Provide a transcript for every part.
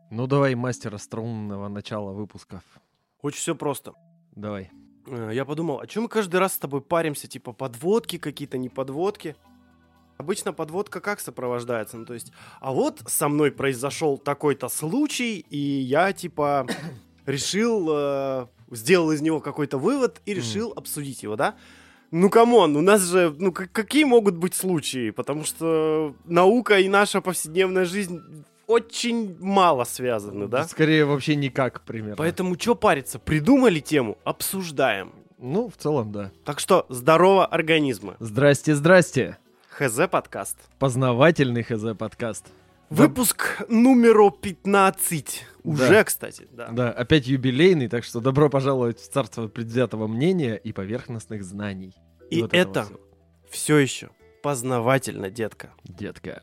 Ну давай мастер остроумного начала выпусков. Очень все просто. Давай. Я подумал, а чем мы каждый раз с тобой паримся, типа подводки какие-то, не подводки? Обычно подводка как сопровождается? Ну, то есть, а вот со мной произошел такой-то случай, и я, типа, решил, сделал из него какой-то вывод и решил обсудить его, да? Ну, камон, у нас же, ну, какие могут быть случаи? Потому что наука и наша повседневная жизнь очень мало связаны, да? Скорее вообще никак, примерно. Поэтому что париться? Придумали тему, обсуждаем. Ну, в целом, да. Так что, здорово, организмы. Здрасте. ХЗ подкаст. Познавательный ХЗ подкаст. Выпуск номер 15. Уже, Да. кстати, да. Да, опять юбилейный, так что добро пожаловать в царство предвзятого мнения и поверхностных знаний. И вот этого это всего. все еще познавательно, детка. Детка.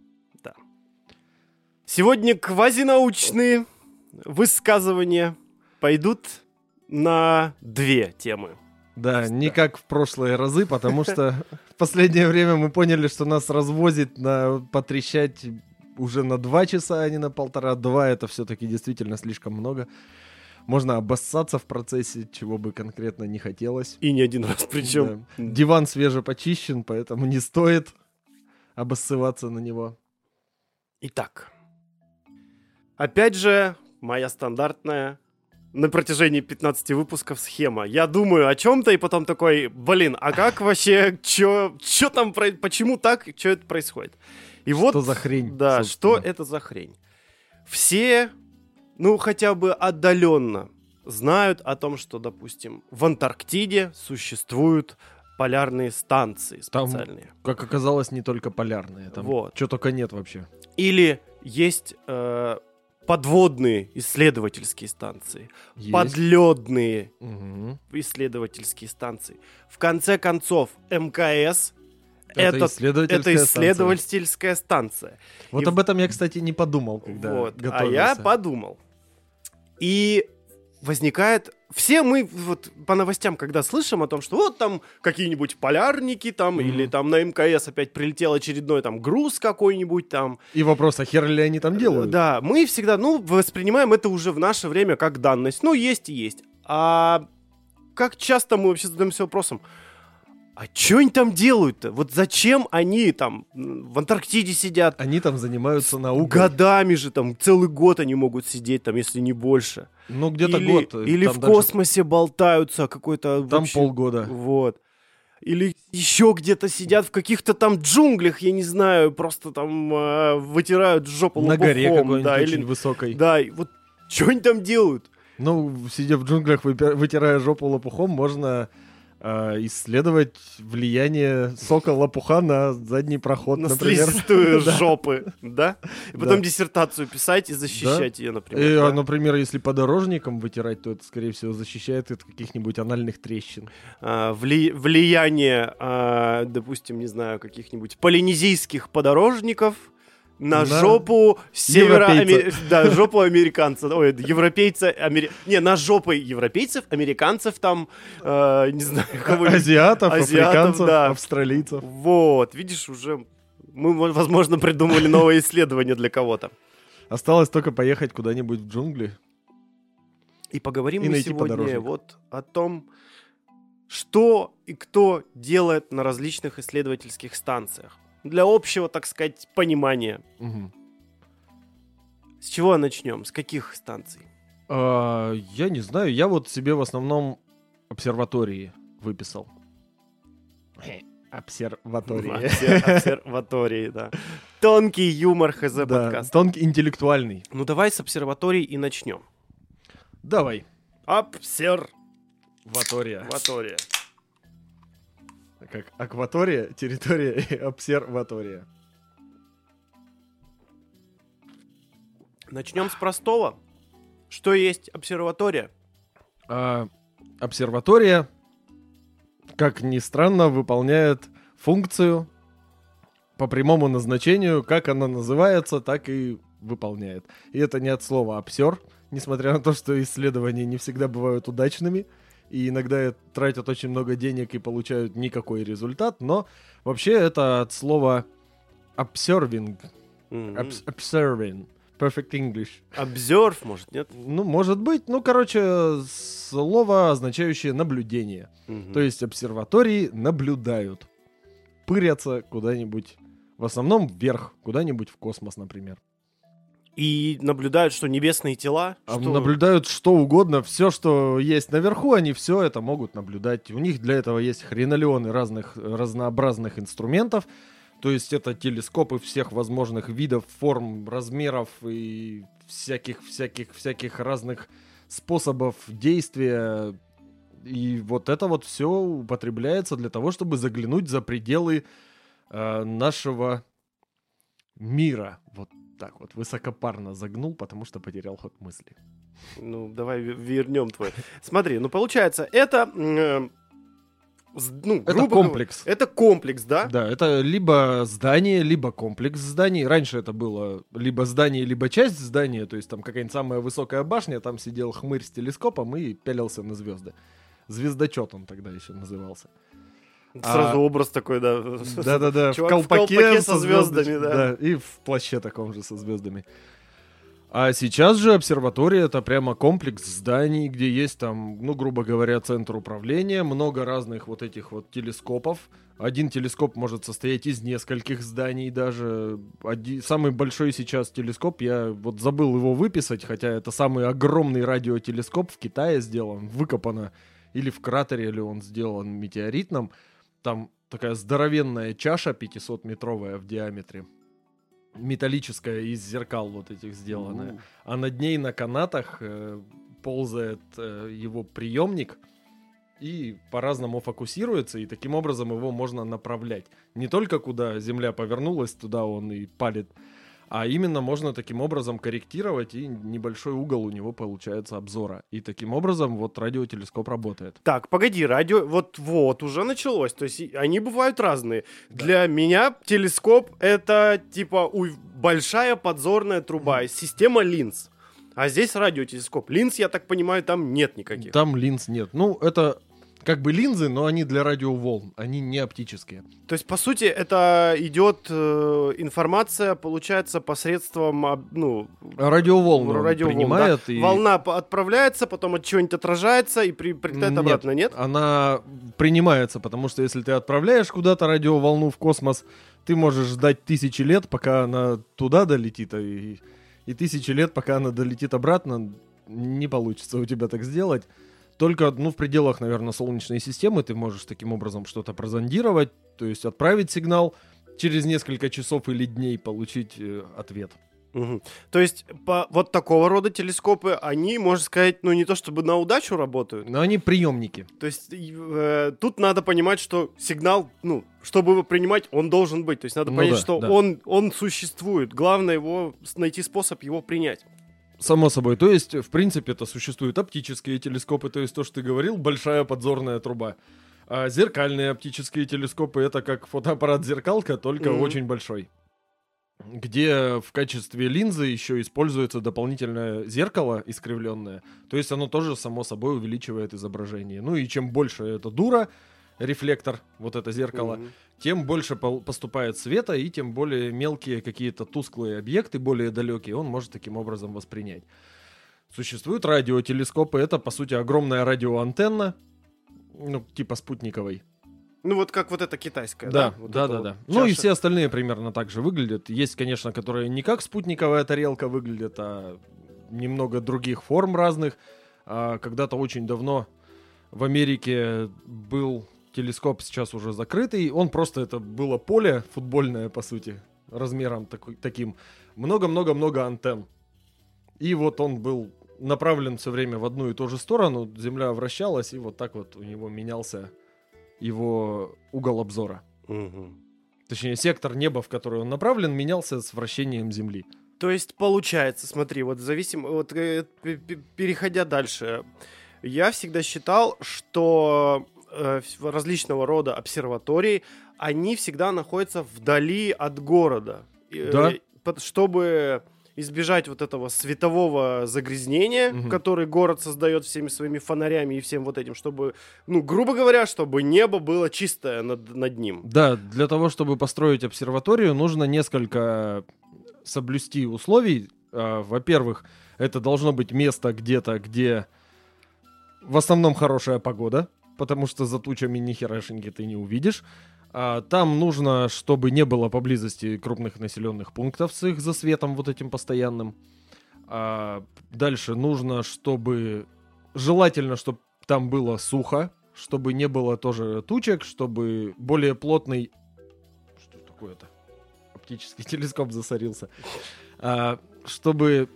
Сегодня квазинаучные высказывания пойдут на две темы. Да, не как в прошлые разы, потому что в последнее время мы поняли, что нас развозит на потрещать уже на 2 часа, а не на 1,5. 2 это все-таки действительно слишком много. Можно обоссаться в процессе, чего бы конкретно не хотелось. И не один раз причем. Да. Диван свежепочищен, поэтому не стоит обоссываться на него. Итак, опять же, моя стандартная на протяжении 15 выпусков схема. Я думаю о чем-то и потом такой, блин, а как вообще, что там, почему так, что это происходит? И Что вот, за хрень, да, собственно? что это за хрень? Все, ну, хотя бы отдаленно знают о том, что, допустим, в Антарктиде существуют полярные станции Там, специальные. как оказалось, не только полярные. Там Вот. что только нет вообще. Или есть подводные исследовательские станции, Есть. подледные Мгм. исследовательские станции. В конце концов, МКС Это это исследовательская исследовательская станция. Вот И об этом я, кстати, не подумал, когда Вот. А готовился. я подумал. И возникает... Все мы вот по новостям, когда слышим о том, что вот там какие-нибудь полярники там, или там на МКС опять прилетел очередной там груз какой-нибудь там. И вопрос, а хер ли они там делают? Да, мы всегда, воспринимаем это уже в наше время как данность. Ну, есть и есть. А как часто мы вообще задаемся вопросом, а что они там делают-то? Вот зачем они там в Антарктиде сидят? Они там занимаются наукой. Годами же там, целый год они могут сидеть там, если не больше. Ну, где-то или, год. Или там в дальше- космосе болтаются какой-то... Там вообще- полгода. Вот. Или еще где-то сидят в каких-то там джунглях, я не знаю, просто там вытирают жопу На лопухом. горе какой-нибудь да, очень или, высокой. да, и вот что они там делают? Ну, сидя в джунглях, вытирая жопу лопухом, можно исследовать влияние сока лопуха на задний проход, На например. слизистую Да. жопы, да? И потом Да. диссертацию писать и защищать ее, например. И, да? например, если подорожником вытирать, то это, скорее всего, защищает от каких-нибудь анальных трещин. Влияние, допустим, не знаю, каких-нибудь полинезийских подорожников на На жопу европейца. Да, жопу американца. Ой, европейца, не, на жопы европейцев, американцев там, не знаю, кого-нибудь. Азиатов, Азиатов, африканцев, да. австралийцев. Вот, видишь, уже мы, возможно, придумали новое исследование для кого-то. Осталось только поехать куда-нибудь в джунгли. И поговорим И мы найти сегодня подорожник. вот о том, что и кто делает на различных исследовательских станциях. Для общего, так сказать, понимания. Мгм. С чего начнем? С каких станций? Я не знаю, я вот себе в основном обсерватории выписал. Обсерватории. Обсерватории, да. Тонкий юмор ХЗ Да, подкаст. тонкий, интеллектуальный. Ну давай с обсерваторий и начнем. Давай. Обсерватория. Ватория. Как акватория, территория и обсерватория. Начнем с простого. Что есть обсерватория? Обсерватория, как ни странно, выполняет функцию по прямому назначению, как она называется, так и выполняет. И это не от слова «обсер», несмотря на то, что исследования не всегда бывают удачными, и иногда тратят очень много денег и получают никакой результат, но вообще это от слова observing, observing, Perfect English. Observe, может, нет? Ну, может быть. Ну, короче, слово, означающее наблюдение. То есть обсерватории наблюдают. Пырятся куда-нибудь. В основном вверх, куда-нибудь в космос, например. И наблюдают, что небесные тела? Наблюдают что угодно. Все, что есть наверху, они все это могут наблюдать. У них для этого есть хренолеоны разнообразных инструментов. То есть это телескопы всех возможных видов, форм, размеров и всяких разных способов действия. И вот это вот все употребляется для того, чтобы заглянуть за пределы нашего мира. Вот так вот высокопарно загнул, потому что потерял ход мысли. Ну, давай вернем твой. Смотри, ну получается, это... это комплекс. Это комплекс, да? Да, это либо здание, либо комплекс зданий. Раньше это было либо здание, либо часть здания. То есть там какая-нибудь самая высокая башня, там сидел хмырь с телескопом и пялился на звезды. Звездочет он тогда еще назывался. Сразу образ такой, да. Да-да-да, в колпаке со звездами, да. И в плаще таком же со звездами. А сейчас же обсерватория — это прямо комплекс зданий, где есть там, ну, грубо говоря, центр управления, много разных вот этих вот телескопов. Один телескоп может состоять из нескольких зданий даже. Самый большой сейчас телескоп, я вот забыл его выписать, хотя это самый огромный радиотелескоп в Китае сделан, выкопано, или в кратере ли он сделан метеоритном. Там такая здоровенная чаша 500-метровая в диаметре. Металлическая, из зеркал вот этих сделанная. А над ней на канатах ползает его приемник и по-разному фокусируется, и таким образом его можно направлять. Не только куда Земля повернулась, туда он и палит, а именно можно таким образом корректировать, и небольшой угол у него получается обзора. И таким образом вот радиотелескоп работает. Так, погоди, радио, вот уже началось. То есть они бывают разные. Да. Для меня телескоп — это типа большая подзорная труба, система линз. А здесь радиотелескоп. Линз, я так понимаю, там нет никаких. Там линз нет. Ну, это... как бы линзы, но они для радиоволн, они не оптические. То есть, по сути, это идет информация, получается, посредством радиоволн принимает. Да? И... волна отправляется, потом от чего-нибудь отражается и прилетает обратно, нет? Она принимается, потому что если ты отправляешь куда-то радиоволну в космос, ты можешь ждать 1000 лет, пока она туда долетит, и 1000 лет, пока она долетит обратно, не получится у тебя так сделать. Только, в пределах, наверное, Солнечной системы ты можешь таким образом что-то прозондировать, то есть отправить сигнал, через несколько часов или дней получить ответ. Угу. То есть вот такого рода телескопы, они, можно сказать, не то чтобы на удачу работают. Но они приемники. То есть тут надо понимать, что сигнал, чтобы его принимать, он должен быть. То есть надо понять, что да. Он существует. Главное найти способ его принять. Само собой. То есть, в принципе, это существуют оптические телескопы, то есть то, что ты говорил, большая подзорная труба. А зеркальные оптические телескопы — это как фотоаппарат-зеркалка, только очень большой. Где в качестве линзы еще используется дополнительное зеркало искривленное. То есть оно тоже, само собой, увеличивает изображение. Ну и чем больше эта дура, рефлектор, вот это зеркало, тем больше поступает света, и тем более мелкие какие-то тусклые объекты, более далекие, он может таким образом воспринять. Существуют радиотелескопы, это, по сути, огромная радиоантенна, типа спутниковой. Вот как вот эта китайская, да? Да. Ну и все остальные примерно так же выглядят. Есть, конечно, которые не как спутниковая тарелка выглядят, а немного других форм разных. Когда-то очень давно в Америке был телескоп, сейчас уже закрытый. Он просто, это было поле футбольное, по сути, размером таким. Много-много-много антенн. И вот он был направлен все время в одну и ту же сторону. Земля вращалась, и вот так вот у него менялся его угол обзора. Точнее, сектор неба, в который он направлен, менялся с вращением Земли. То есть, получается, смотри, переходя дальше, я всегда считал, что различного рода обсерватории, они всегда находятся вдали от города. Да. Чтобы избежать вот этого светового загрязнения, который город создает всеми своими фонарями и всем вот этим, чтобы, грубо говоря, чтобы небо было чистое над ним. Да, для того, чтобы построить обсерваторию, нужно несколько соблюсти условий. Во-первых, это должно быть место где-то, где в основном хорошая погода, потому что за тучами ни херашеньки ты не увидишь. Там нужно, чтобы не было поблизости крупных населенных пунктов с их засветом вот этим постоянным. Дальше нужно, чтобы... Желательно, чтобы там было сухо, чтобы не было тоже тучек, чтобы более плотный... Что такое-то? Оптический телескоп засорился. Чтобы...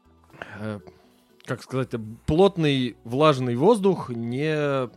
Как сказать, плотный влажный воздух не...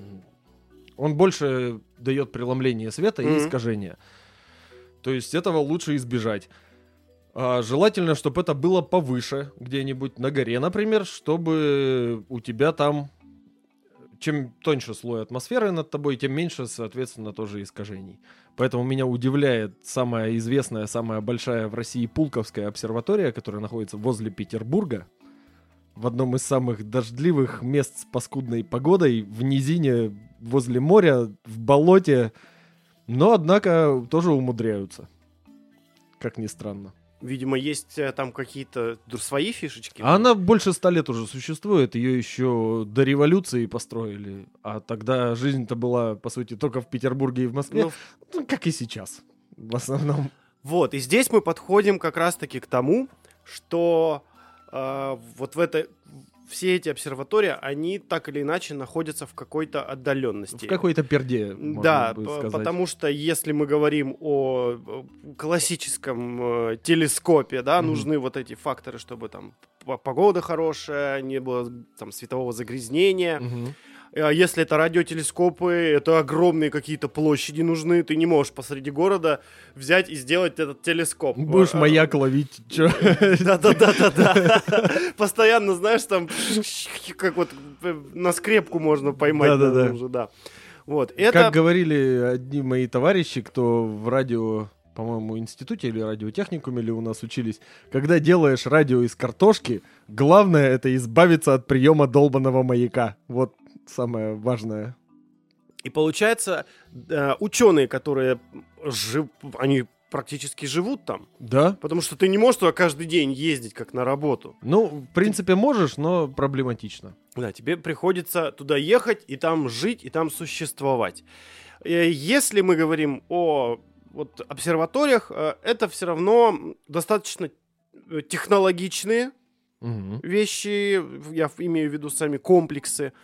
Он больше дает преломление света и искажения. То есть этого лучше избежать. Желательно, чтобы это было повыше, где-нибудь на горе, например, чтобы у тебя там... Чем тоньше слой атмосферы над тобой, тем меньше, соответственно, тоже искажений. Поэтому меня удивляет самая известная, самая большая в России Пулковская обсерватория, которая находится возле Петербурга, в одном из самых дождливых мест с паскудной погодой, в низине, возле моря, в болоте. Но, однако, тоже умудряются. Как ни странно. Видимо, есть там какие-то свои фишечки. Она больше 100 лет уже существует. Ее еще до революции построили. А тогда жизнь-то была, по сути, только в Петербурге и в Москве. Ну, как и сейчас, в основном. Вот, и здесь мы подходим как раз-таки к тому, что вот все эти обсерватории, они так или иначе находятся в какой-то отдаленности. В какой-то перде, можно бы сказать. Потому что если мы говорим о классическом телескопе, да, нужны вот эти факторы, чтобы там погода хорошая, не было там светового загрязнения. Если это радиотелескопы, это огромные какие-то площади нужны, ты не можешь посреди города взять и сделать этот телескоп. Будешь маяк ловить, чё? Да. Постоянно, знаешь, там как вот на скрепку можно поймать. Да. Вот. Как говорили одни мои товарищи, кто в радио, по-моему, институте или радиотехникуме или у нас учились, когда делаешь радио из картошки, главное это избавиться от приема долбаного маяка. Вот самое важное. И получается, ученые, которые они практически живут там. Да. Потому что ты не можешь туда каждый день ездить, как на работу. Ну, в принципе, можешь, но проблематично. Да, тебе приходится туда ехать, и там жить, и там существовать. Если мы говорим о обсерваториях, это все равно достаточно технологичные вещи, я имею в виду сами комплексы,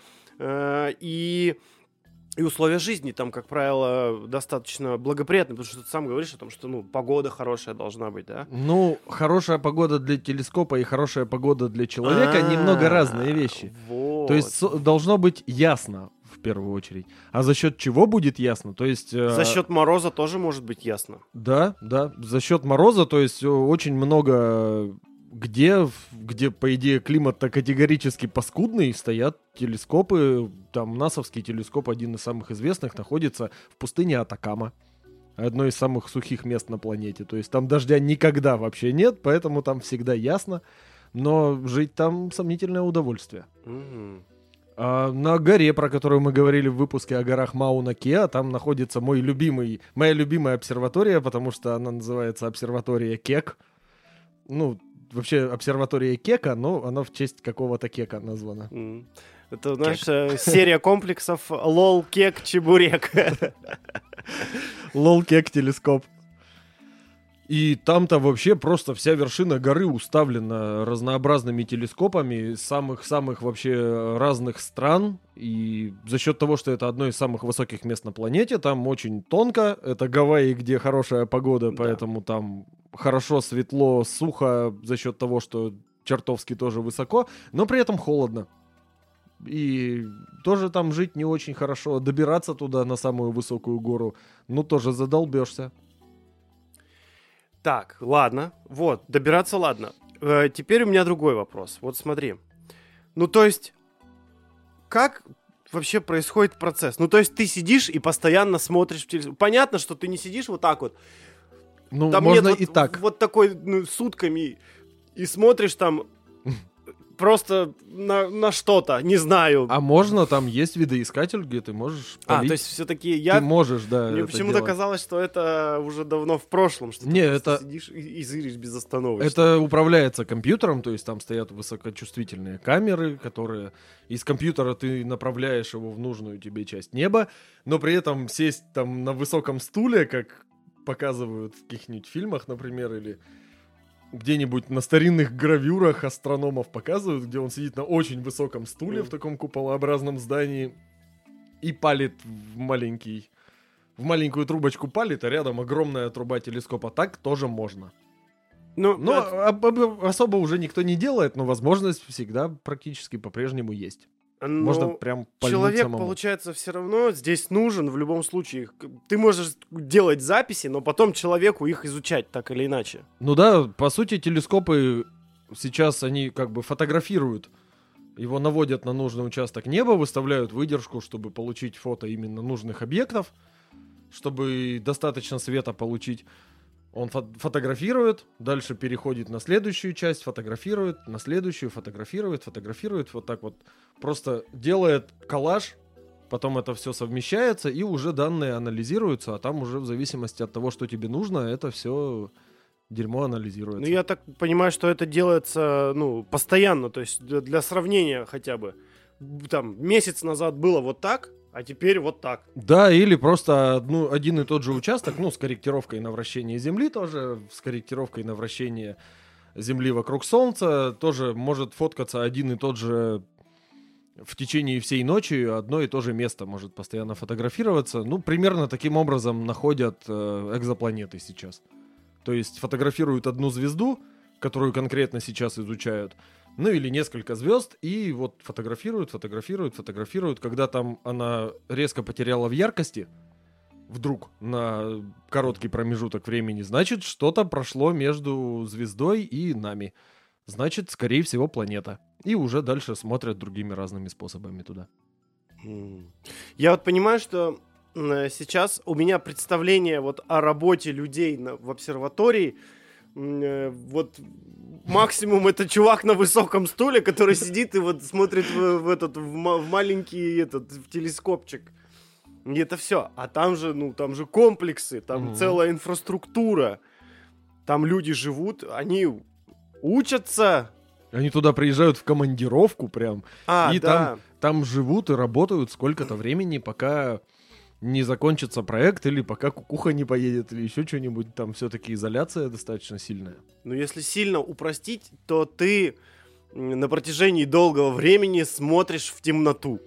и условия жизни там, как правило, достаточно благоприятные, потому что ты сам говоришь о том, что погода хорошая должна быть, да? Ну, хорошая погода для телескопа и хорошая погода для человека немного разные вещи. Вот. То есть должно быть ясно, в первую очередь. А за счет чего будет ясно? То есть... За счет мороза тоже может быть ясно. Да, за счет мороза, то есть очень много... Где, по идее, климат-то категорически паскудный, стоят телескопы. Там насовский телескоп, один из самых известных, находится в пустыне Атакама. Одно из самых сухих мест на планете. То есть там дождя никогда вообще нет, поэтому там всегда ясно. Но жить там сомнительное удовольствие. А на горе, про которую мы говорили в выпуске о горах Мауна-Кеа, там находится моя любимая обсерватория, потому что она называется обсерватория Кек. Ну, вообще обсерватория Кека, но она в честь какого-то кека названа. Это, знаешь, серия комплексов лол, кек, чебурек. Лол, кек, телескоп. И там-то вообще просто вся вершина горы уставлена разнообразными телескопами самых-самых вообще разных стран. И за счет того, что это одно из самых высоких мест на планете, там очень тонко. Это Гавайи, где хорошая погода, поэтому там хорошо, светло, сухо за счет того, что чертовски тоже высоко, но при этом холодно. И тоже там жить не очень хорошо. Добираться туда, на самую высокую гору, тоже задолбешься. Так, ладно. Вот, добираться ладно. Теперь у меня другой вопрос. Вот смотри. То есть, как вообще происходит процесс? То есть, ты сидишь и постоянно смотришь в телевизор. Понятно, что ты не сидишь вот так вот. Там можно и так. Вот такой, сутками и смотришь там просто на что-то, не знаю. А можно, там есть видоискатель, где ты можешь полить. То есть все-таки Ты можешь, да, Мне это почему-то делать. казалось, что это уже давно в прошлом, что Не, ты просто это- сидишь и зыришь безостановочно. Это управляется компьютером, то есть там стоят высокочувствительные камеры, которые из компьютера ты направляешь его в нужную тебе часть неба, но при этом сесть там на высоком стуле, как показывают в каких-нибудь фильмах, например, или где-нибудь на старинных гравюрах астрономов показывают, где он сидит на очень высоком стуле в таком куполообразном здании и палит в маленькую трубочку палит, а рядом огромная труба телескопа. Так тоже можно. Ну, Но особо уже никто не делает, но возможность всегда практически по-прежнему есть. Можно прям пальнуть человек, самому. получается, все равно здесь нужен в любом случае. Ты можешь делать записи, но потом человеку их изучать так или иначе. Ну да, по сути, телескопы сейчас они как бы фотографируют. Его наводят на нужный участок неба, выставляют выдержку, чтобы получить фото именно нужных объектов, чтобы достаточно света получить. Он фотографирует, дальше переходит на следующую часть, фотографирует, на следующую, фотографирует, вот так вот. Просто делает коллаж, потом это все совмещается, и уже данные анализируются, а там уже в зависимости от того, что тебе нужно, это все дерьмо анализируется. Ну, я так понимаю, что это делается, постоянно, то есть для сравнения хотя бы. Там, месяц назад было вот так, а теперь вот так. Да, или просто один и тот же участок, с корректировкой на вращение Земли тоже, с корректировкой на вращение Земли вокруг Солнца, тоже может фоткаться один и тот же в течение всей ночи, одно и то же место может постоянно фотографироваться. Примерно таким образом находят экзопланеты сейчас. То есть фотографируют одну звезду, которую конкретно сейчас изучают, или несколько звезд, и вот фотографируют. Когда там она резко потеряла в яркости, вдруг на короткий промежуток времени, значит, что-то прошло между звездой и нами. Значит, скорее всего, планета. И уже дальше смотрят другими разными способами туда. Я вот понимаю, что сейчас у меня представление вот о работе людей в обсерватории. Вот максимум это чувак на высоком стуле, который сидит и вот смотрит в маленький в телескопчик. И это все. А там же комплексы, там целая инфраструктура. Там люди живут, они учатся. Они туда приезжают в командировку прям. И да. там живут и работают сколько-то времени, пока не закончится проект, или пока кукуха не поедет, или еще что-нибудь. Там все-таки изоляция достаточно сильная. Но если сильно упростить, то ты на протяжении долгого времени смотришь в темноту.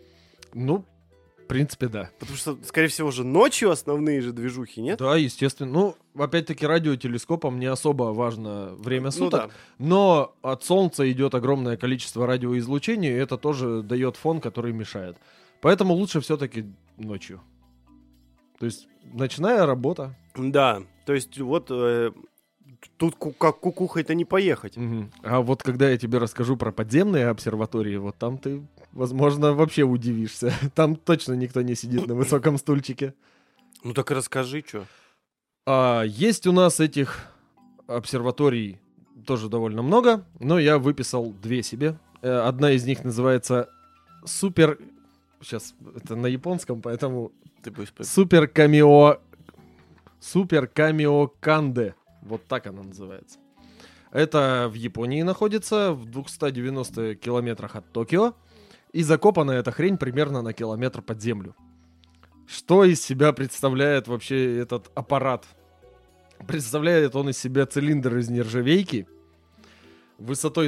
В принципе, да. Потому что, скорее всего, же ночью основные же движухи, нет? Да, естественно. Опять-таки, радиотелескопам не особо важно время суток, да. но от Солнца идет огромное количество радиоизлучения, и это тоже дает фон, который мешает. Поэтому лучше все-таки ночью. То есть ночная работа. Да, то есть вот тут как кукухой-то не поехать. Угу. А вот когда я тебе расскажу про подземные обсерватории, вот там ты, возможно, вообще удивишься. Там точно никто не сидит на высоком стульчике. Ну так и расскажи, что. Есть у нас этих обсерваторий тоже довольно много, но я выписал 2 себе. Одна из них называется Супер... Сейчас, это на японском, поэтому... Супер Камио Канде. Вот так она называется. Это в Японии находится, в 290 километрах от Токио. И закопана эта хрень примерно на километр под землю. Что из себя представляет вообще этот аппарат? Представляет он из себя цилиндр из нержавейки высотой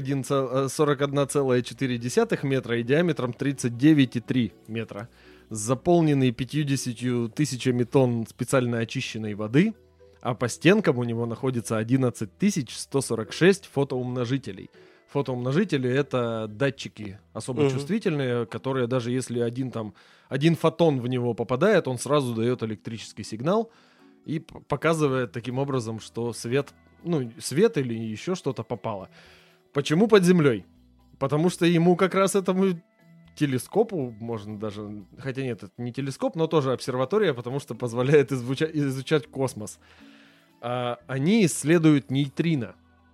41,4 метра и диаметром 39,3 метра. Заполненный 50 тысячами тонн специально очищенной воды, а по стенкам у него находится 11 146 фотоумножителей. Фотоумножители — это датчики особо чувствительные, которые даже если один фотон в него попадает, он сразу дает электрический сигнал и показывает таким образом, что свет или еще что-то попало. Почему под землей? Потому что ему как раз этому телескопу можно даже... Хотя нет, это не телескоп, но тоже обсерватория, потому что позволяет изучать космос. Они исследуют нейтрино.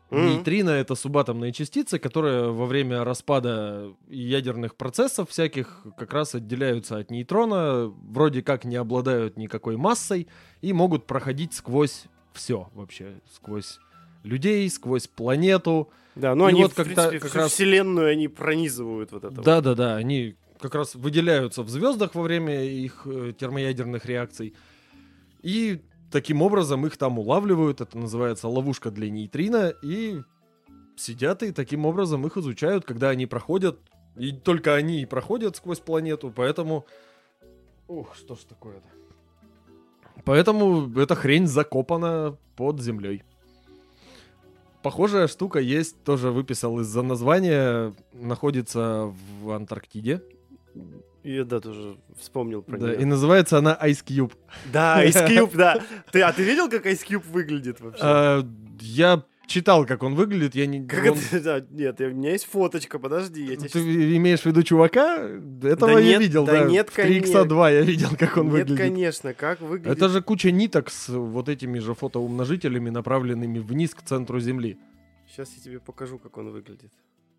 Нейтрино — это субатомные частицы, которые во время распада ядерных процессов всяких как раз отделяются от нейтрона, вроде как не обладают никакой массой и могут проходить сквозь все вообще, сквозь людей, сквозь планету. Да, но И они, вот в как-то принципе, как всю раз- Вселенную они пронизывают вот это. вот. Да-да-да, они как раз выделяются в звездах во время их термоядерных реакций. И таким образом их там улавливают. Это называется ловушка для нейтрино. И сидят и таким образом их изучают, когда они проходят. И только они и проходят сквозь планету. Поэтому... Ух, что ж такое-то? Поэтому эта хрень закопана под землей. Похожая штука есть, тоже выписал из-за названия. Находится в Антарктиде. Я, да, тоже вспомнил про Да, нее. и называется она Ice Cube. Да, Ice Cube, да. Ты видел, как Ice Cube выглядит вообще? Я читал, как он выглядит. Я не... Как он- это? Да, нет, у меня есть фоточка, подожди, я тебе Ты щас- имеешь в виду чувака? Этого Да я нет, видел, да да. нет, в 3х2 я видел, как он Нет, выглядит. конечно, как выглядит. Это же куча ниток с вот этими же фотоумножителями, направленными вниз к центру Земли. Сейчас я тебе покажу, как он выглядит.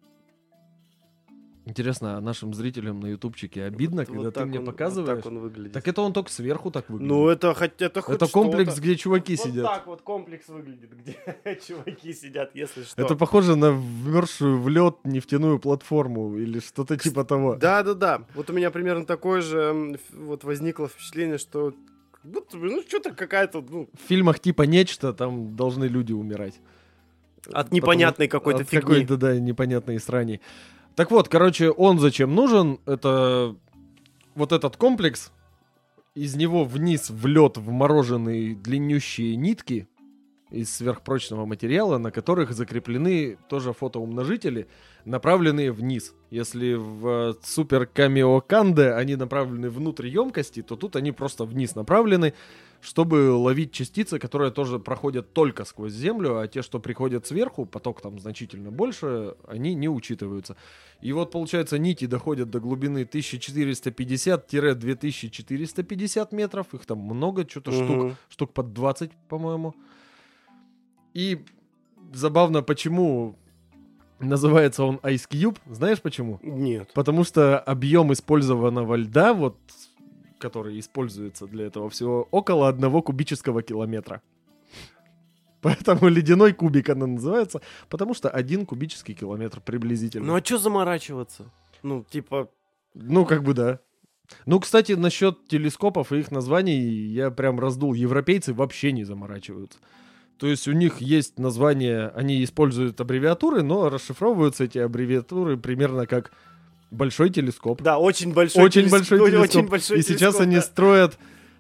Интересно, а нашим зрителям на ютубчике обидно, Вот когда ты так мне он- показываешь? Вот так он выглядит. Так это он только сверху так выглядит. Ну, это хоть это комплекс, что-то. где чуваки Вот сидят. так вот комплекс выглядит, где чуваки сидят, если что. Это похоже на вмерзшую в лед нефтяную платформу или что-то типа того. Да. Вот у меня примерно такое же вот возникло впечатление, что как будто бы, ну, что-то какая-то, ну, В фильмах типа «Нечто» там должны люди умирать. от непонятной какой-то От фигни. какой-то, да, непонятной срани. Так вот, короче, он зачем нужен? Это вот этот комплекс. Из него вниз в лед вморожены длиннющие нитки из сверхпрочного материала, на которых закреплены тоже фотоумножители, направленные вниз. Если в Супер Камео Канде они направлены внутрь емкости, то тут они просто вниз направлены, чтобы ловить частицы, которые тоже проходят только сквозь Землю, а те, что приходят сверху, поток там значительно больше, они не учитываются. И вот, получается, нити доходят до глубины 1450-2450 метров. Их там много, что-то штук под 20, по-моему. И забавно, почему называется он Ice Cube. Знаешь почему? Нет. Потому что объем использованного льда, вот, который используется для этого всего, около 1 кубического километра. Поэтому ледяной кубик она называется, потому что 1 кубический километр приблизительно. Ну, а что заморачиваться? Ну, типа... Ну, как бы да. Ну, кстати, насчет телескопов и их названий я прям раздул. Европейцы вообще не заморачиваются. То есть у них есть название, они используют аббревиатуры, но расшифровываются эти аббревиатуры примерно как большой телескоп. Да, очень большой Очень большой телескоп. Очень большой И сейчас телескоп, они да. строят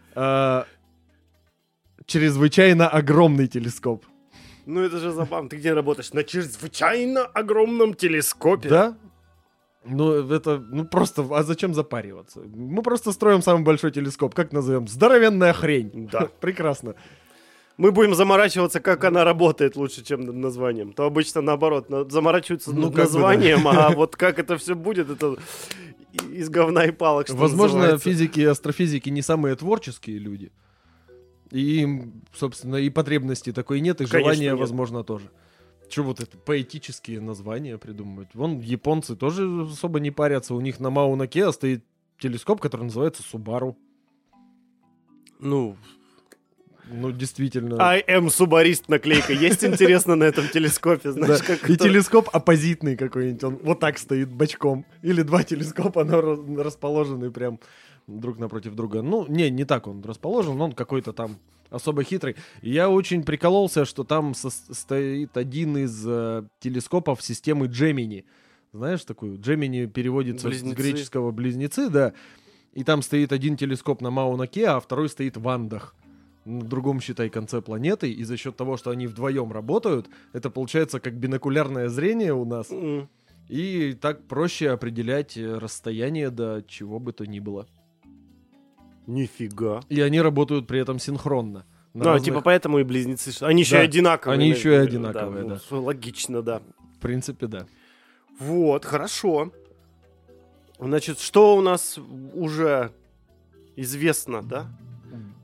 чрезвычайно огромный телескоп. Ну, это же забавно. Ты где работаешь? На чрезвычайно огромном телескопе. Да? Ну, это, ну просто, а зачем запариваться? Мы просто строим самый большой телескоп. Как назовем? Здоровенная хрень. Да. Прекрасно. Мы будем заморачиваться, как она работает лучше, чем над названием. То обычно наоборот, заморачиваются Ну, над как бы, названием, а вот как это все будет, это из говна и палок, что Возможно, называется. физики и астрофизики не самые творческие люди. И им, собственно, и потребности такой нет, и Конечно, желания, нет. возможно, тоже. Че вот это поэтические названия придумывать? Вон японцы тоже особо не парятся. У них на Мауна Кеа стоит телескоп, который называется Субару. Ну, Ну, действительно. I am субарист наклейка. Есть, интересно, на этом телескопе, знаешь, Да. как И кто- телескоп оппозитный какой-нибудь, он вот так стоит бочком. Или 2 телескопа, но расположены прям друг напротив друга. Ну, не так он расположен, он какой-то там особо хитрый. И я очень прикололся, что там стоит один из телескопов системы Gemini. Знаешь такую? Gemini переводится Близнецы. с греческого «близнецы», да. И там стоит один телескоп на Мауна Кеа, а второй стоит в Андах. На другом, считай, конце планеты, и за счет того, что они вдвоем работают, это получается как бинокулярное зрение у нас, М. и так проще определять расстояние до чего бы то ни было. Нифига. И они работают при этом синхронно. На Ну, разных- типа поэтому и близнецы. Они еще Да, и одинаковые. они еще и наверное, одинаковые, да. ну, логично, да. В принципе, да. Вот, хорошо. Значит, что у нас уже известно, да?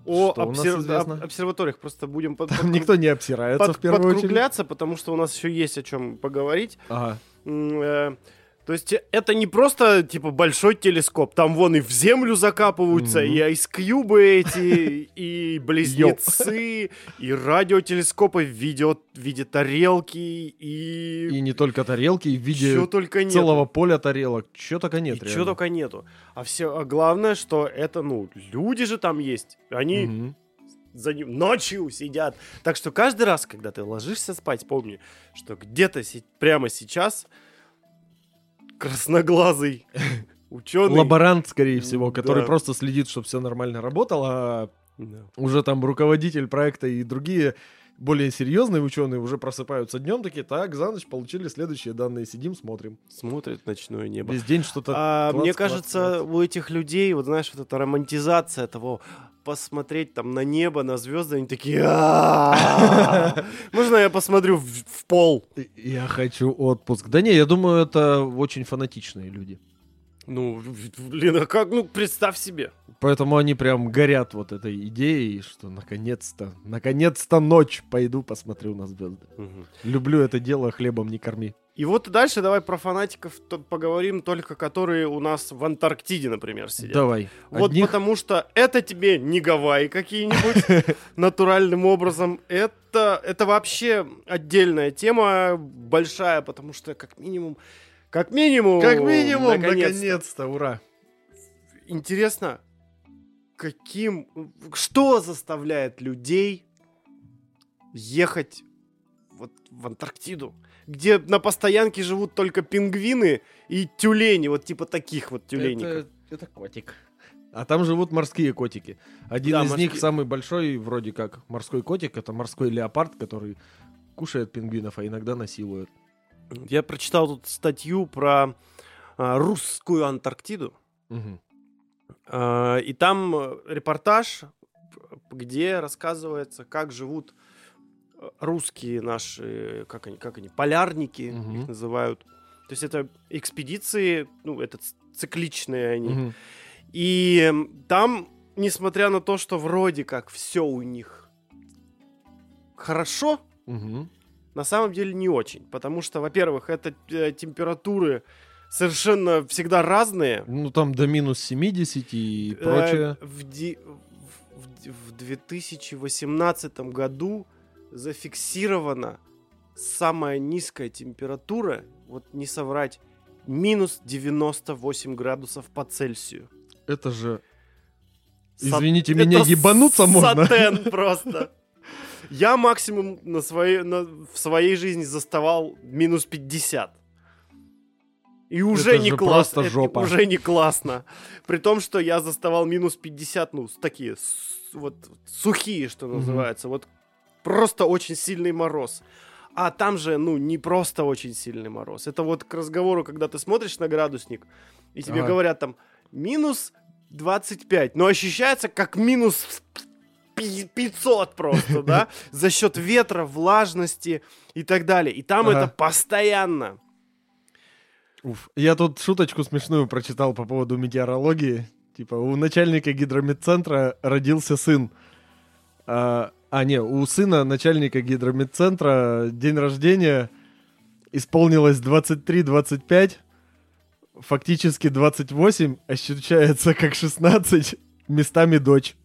о Что у нас известно? обсерваториях. Просто будем Там никто не обсирается в первую очередь. подкругляться, потому что у нас еще есть о чем поговорить. Ага. То есть это не просто, типа, большой телескоп. Там вон и в землю закапываются, и айскьюбы эти, и близнецы, и радиотелескопы в виде тарелки, И не только тарелки, и в виде чё только нету. целого поля тарелок. Чего только нет, И реально. чего только нету. А главное, что это, люди же там есть. Они Мгм. за ним ночью сидят. Так что каждый раз, когда ты ложишься спать, помни, что где-то прямо сейчас красноглазый ученый. Лаборант, скорее всего, который Да. просто следит, чтобы все нормально работало, а Да. уже там руководитель проекта и другие более серьезные ученые уже просыпаются днем, такие, так, за ночь получили следующие данные, сидим, смотрим. Смотрит ночное небо. Весь день что-то... клац, Мне клац, кажется, клац. у этих людей, вот знаешь, вот эта романтизация того, посмотреть там на небо, на звезды, они такие, можно я посмотрю в пол? Я хочу отпуск. Да не, я думаю, это очень фанатичные люди. Ну, блин, а как, представь себе. Поэтому они прям горят вот этой идеей, что наконец-то ночь, пойду посмотрю на звезды. Люблю это дело, хлебом не корми. И вот дальше давай про фанатиков поговорим, только которые у нас в Антарктиде, например, сидят. Давай. Вот Одних- потому что это тебе не Гавайи какие-нибудь натуральным образом. Это вообще отдельная тема, большая, потому что как минимум, наконец-то. наконец-то, ура. Интересно, что заставляет людей ехать вот в Антарктиду, где на постоянке живут только пингвины и тюлени, вот типа таких вот тюлеников. Это котик. А там живут морские котики. Один Да, из них морские. самый большой, вроде как морской котик, это морской леопард, который кушает пингвинов, а иногда насилует. Я прочитал тут статью про русскую Антарктиду, Мгм. и там репортаж, где рассказывается, как живут русские наши, как они, полярники Мгм. их называют. То есть это экспедиции, это цикличные они. Мгм. И там, несмотря на то, что вроде как все у них хорошо, Мгм. на самом деле не очень. Потому что, во-первых, это температуры совершенно всегда разные. Ну, там до минус 70 и прочее. В 2018 году зафиксирована самая низкая температура, вот не соврать, минус 98 градусов по Цельсию. Это же... Са- Извините меня, это ебануться можно? сатен просто. Я максимум в своей жизни заставал минус 50. И уже Это не же классно. просто жопа. Уже не классно. При том, что я заставал минус 50, такие вот сухие, что Мгм. называется. Вот просто очень сильный мороз. А там же, не просто очень сильный мороз. Это вот к разговору, когда ты смотришь на градусник, и тебе Ага. говорят там минус 25, но ощущается как минус 500 просто, да? За счет ветра, влажности и так далее. И там Ага. это постоянно. Уф. Я тут шуточку смешную прочитал по поводу метеорологии. Типа, у начальника гидрометцентра родился сын. У сына начальника гидрометцентра день рождения исполнилось 23-25, фактически 28, ощущается как 16, местами дочь.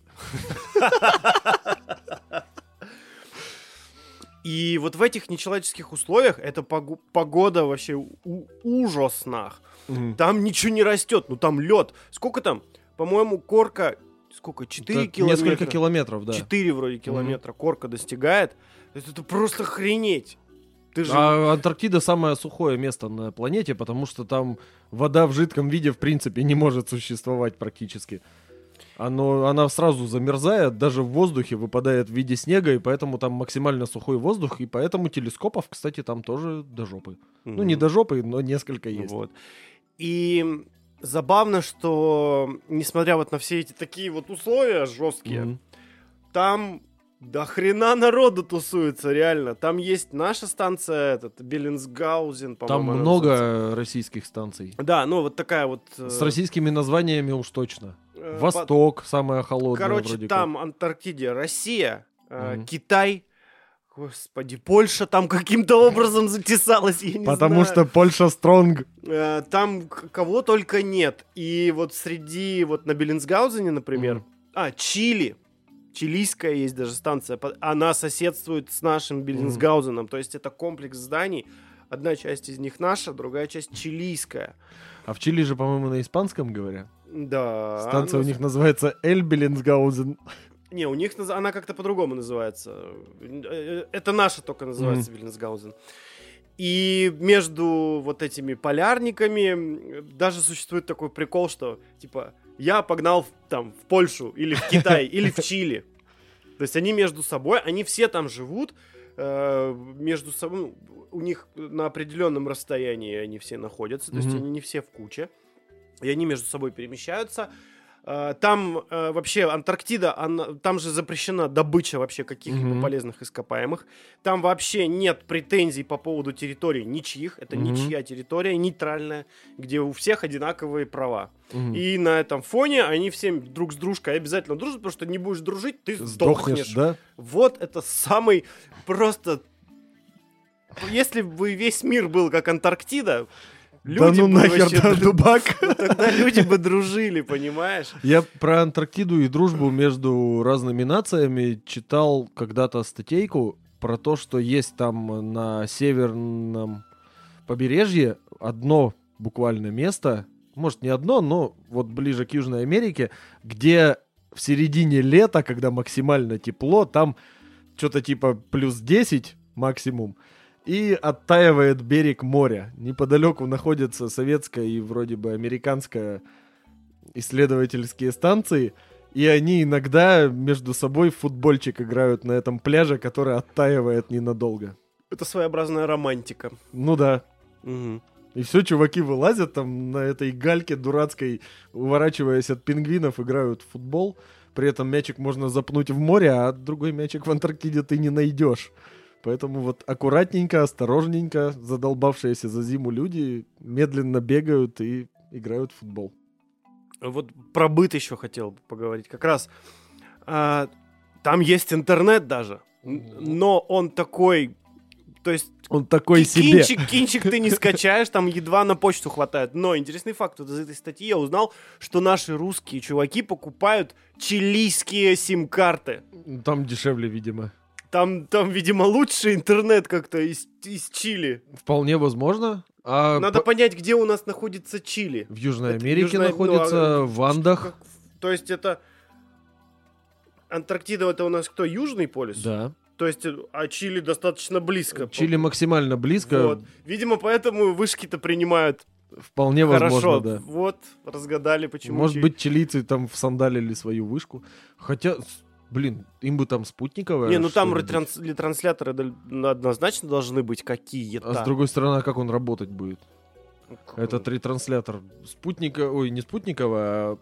И вот в этих нечеловеческих условиях эта погода вообще ужасна. Мгм. Там ничего не растет, там лед. Сколько там? По-моему, корка... Сколько? 4 Так, километра? Несколько километров, да. 4 вроде километра корка достигает. То есть это просто охренеть. Ты же... А Антарктида самое сухое место на планете, потому что там вода в жидком виде в принципе не может существовать практически. Она сразу замерзает, даже в воздухе выпадает в виде снега, и поэтому там максимально сухой воздух, и поэтому телескопов, кстати, там тоже до жопы. Ну, не до жопы, но несколько есть. Вот. И забавно, что несмотря вот на все эти такие вот условия жесткие, Мгм. там до хрена народу тусуется, реально. Там есть наша станция, Беллинсгаузен, Там по-моему. она много называется. российских станций. Да, вот такая вот... С российскими названиями уж точно. Восток, самая холодная Короче, вроде там Антарктиде Россия, Китай, господи, Польша там каким-то образом затесалась, я не Потому знаю. что Польша стронг. Там кого только нет. И вот среди, вот на Беллинсгаузене, например, Чили. Чилийская есть даже станция. Она соседствует с нашим Беллинсгаузеном. То есть это комплекс зданий. Одна часть из них наша, другая часть чилийская. А в Чили же, по-моему, на испанском говорят. Да. Станция у них называется Эль Беллинсгаузен. Не, у них она как-то по-другому называется. Это наша только называется Беллинсгаузен. И между вот этими полярниками даже существует такой прикол, что типа я погнал в Польшу или в Китай или в Чили. То есть они между собой, они все там живут, между собой, у них на определенном расстоянии они все находятся, то есть они не все в куче, и они между собой перемещаются. Там вообще Антарктида, там же запрещена добыча вообще каких-либо полезных ископаемых. Там вообще нет претензий по поводу территории ничьих. Это ничья территория, нейтральная, где у всех одинаковые права. И на этом фоне они все друг с дружкой обязательно дружат, потому что не будешь дружить, ты сдохнешь. Да? Вот это самый просто... Если бы весь мир был как Антарктида... Люди да ну нахер, вообще, да, дубак. Тогда люди бы дружили, понимаешь? Я про Антарктиду и дружбу между разными нациями читал когда-то статейку про то, что есть там на северном побережье одно буквально место, может не одно, но вот ближе к Южной Америке, где в середине лета, когда максимально тепло, там что-то типа плюс 10 максимум, и оттаивает берег моря. Неподалеку находятся советская и вроде бы американская исследовательские станции, и они иногда между собой в футбольчик играют на этом пляже, который оттаивает ненадолго. Это своеобразная романтика. Ну да. Угу. И все, чуваки вылазят там на этой гальке дурацкой, уворачиваясь от пингвинов, играют в футбол. При этом мячик можно запнуть в море, а другой мячик в Антарктиде ты не найдешь. Поэтому вот аккуратненько, осторожненько, задолбавшиеся за зиму люди медленно бегают и играют в футбол. Вот про быт еще хотел бы поговорить. Как раз там есть интернет даже, но он такой... То есть он такой себе. Кинчик ты не скачаешь, там едва на почту хватает. Но интересный факт, вот из этой статьи я узнал, что наши русские чуваки покупают чилийские сим-карты. Там дешевле, видимо. Там, видимо, лучший интернет как-то из Чили. Вполне возможно. Надо понять, где у нас находится Чили. В Южной Америке находится, в Андах. То есть это... Антарктида это у нас кто, Южный полюс? Да. То есть, а Чили достаточно близко. Чили максимально близко. Вот. Видимо, поэтому вышки-то принимают вполне хорошо. Возможно, да. Вот, разгадали, почему. Может быть, чилийцы там всандалили свою вышку. Хотя... Блин, им бы там спутниковая. Не, ну там ретрансляторы однозначно должны быть какие-то. А с другой стороны, как он работать будет? Этот ретранслятор не спутниковая, а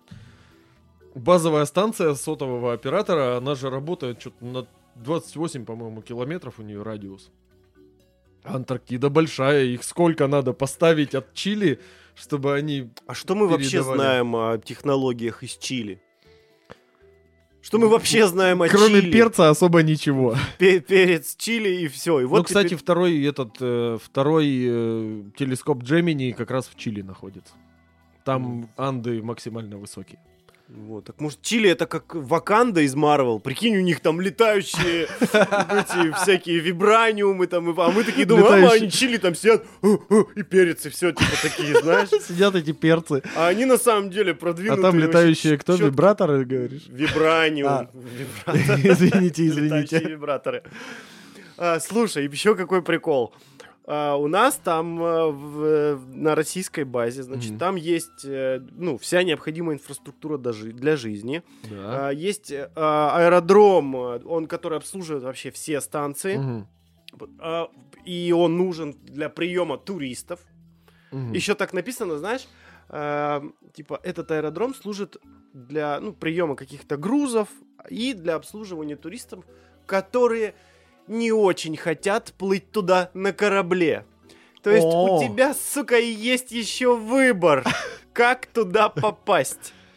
базовая станция сотового оператора, она же работает что-то на 28, по-моему, километров у нее радиус. Антарктида большая, их сколько надо поставить от Чили, чтобы они А что мы вообще знаем о технологиях из Чили? Что мы вообще знаем о Чили? Кроме перца особо ничего. Перец, чили и все. И вот ну, кстати, второй телескоп Джемини как раз в Чили находится. Там Анды максимально высокие. Вот, так может Чили это как Ваканда из Марвел? Прикинь, у них там летающие эти всякие вибраниумы там, а мы такие думаем, они Чили там сидят и перец, и все, типа такие, знаешь? Сидят эти перцы. А они на самом деле продвинутые. А там летающие кто? Вибраторы, говоришь? Вибраниум. Извините. Летающие вибраторы. Слушай, еще какой прикол. У нас там на российской базе, значит, там есть вся необходимая инфраструктура для жизни. Да. Есть аэродром, который обслуживает вообще все станции. И он нужен для приема туристов. Еще так написано, знаешь, типа этот аэродром служит для приема каких-то грузов и для обслуживания туристов, которые... не очень хотят плыть туда на корабле. То есть у тебя, сука, есть еще выбор, как туда попасть.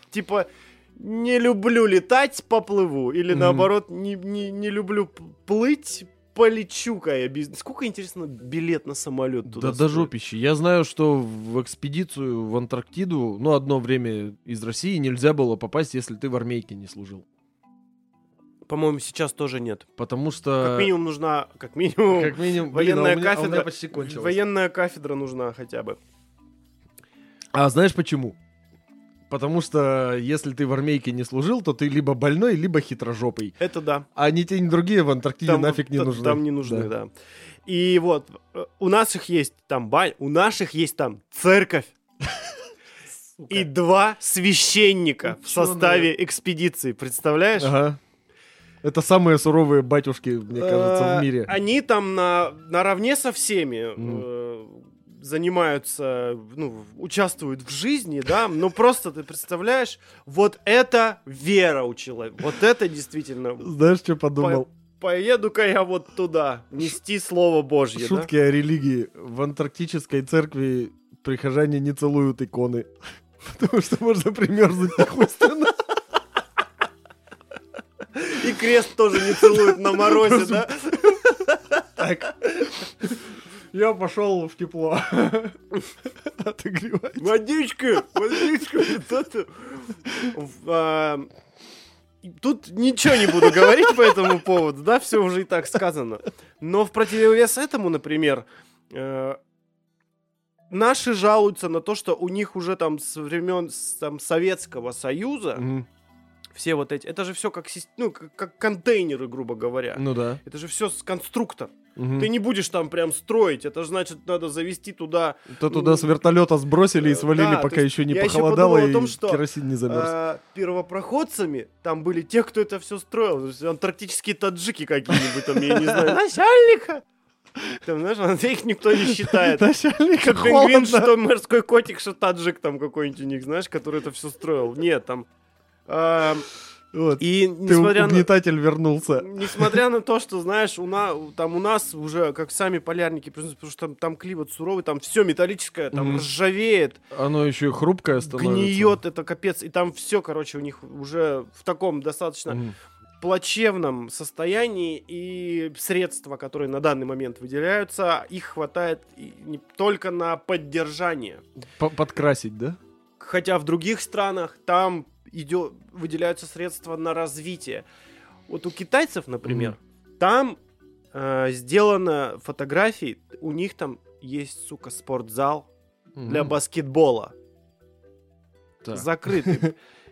типа, не люблю летать, поплыву. Или наоборот, не люблю плыть, полечу-ка я. Сколько, интересно, билет на самолет туда Да до жопищи. Я знаю, что в экспедицию в Антарктиду, одно время из России нельзя было попасть, если ты в армейке не служил. По-моему, сейчас тоже нет. Потому что... Как минимум нужна... Как минимум военная кафедра. У меня почти кончилось. Военная кафедра нужна хотя бы. А знаешь почему? Потому что если ты в армейке не служил, то ты либо больной, либо хитрожопый. Это да. А ни те, ни другие в Антарктиде нафиг не нужны. Там не нужны, да. И вот, у наших есть там у наших есть там церковь. И 2 священника в составе экспедиции. Представляешь? Ага. Это самые суровые батюшки, мне кажется, в мире. Они там наравне со всеми занимаются, участвуют в жизни, да, но просто ты представляешь, вот это вера у человека, вот это действительно... Знаешь, что подумал? Поеду-ка я вот туда, нести Слово Божье, Шутки о религии. В антарктической церкви прихожане не целуют иконы, потому что можно примерзнуть нахуйственно. И крест тоже не целуют на морозе, да? Так. Я пошел в тепло. Отогревать. Водичка. Тут ничего не буду говорить по этому поводу, да, все уже и так сказано. Но в противовес этому, например, наши жалуются на то, что у них уже там с времен Советского Союза все вот эти... Это же все как контейнеры, грубо говоря. Ну да. Это же все конструктор. Ты не будешь там прям строить, это же значит надо завести туда... То туда с вертолета сбросили и свалили, да, пока еще не я похолодало еще и том, что, керосин не замерз. Первопроходцами там были те, кто это все строил. Антарктические таджики какие-нибудь там, я не знаю, начальника. Там, знаешь, их никто не считает. Начальника пингвин, холодно. что морской котик, что таджик там какой-нибудь у них, знаешь, который это все строил. Нет, там... Вот. И угнетатель вернулся. Несмотря на то, что, знаешь, у нас уже, как сами полярники, потому что там климат суровый, там все металлическое, там ржавеет. Оно еще хрупкое становится. Гниет, это капец. И там все, короче, у них уже в таком достаточно плачевном состоянии, и средства, которые на данный момент выделяются, их хватает не только на поддержание. Подкрасить, да? Хотя в других странах там выделяются средства на развитие. Вот у китайцев, например, там сделано фотографии, у них там есть, сука, спортзал для баскетбола. Так. Закрытый.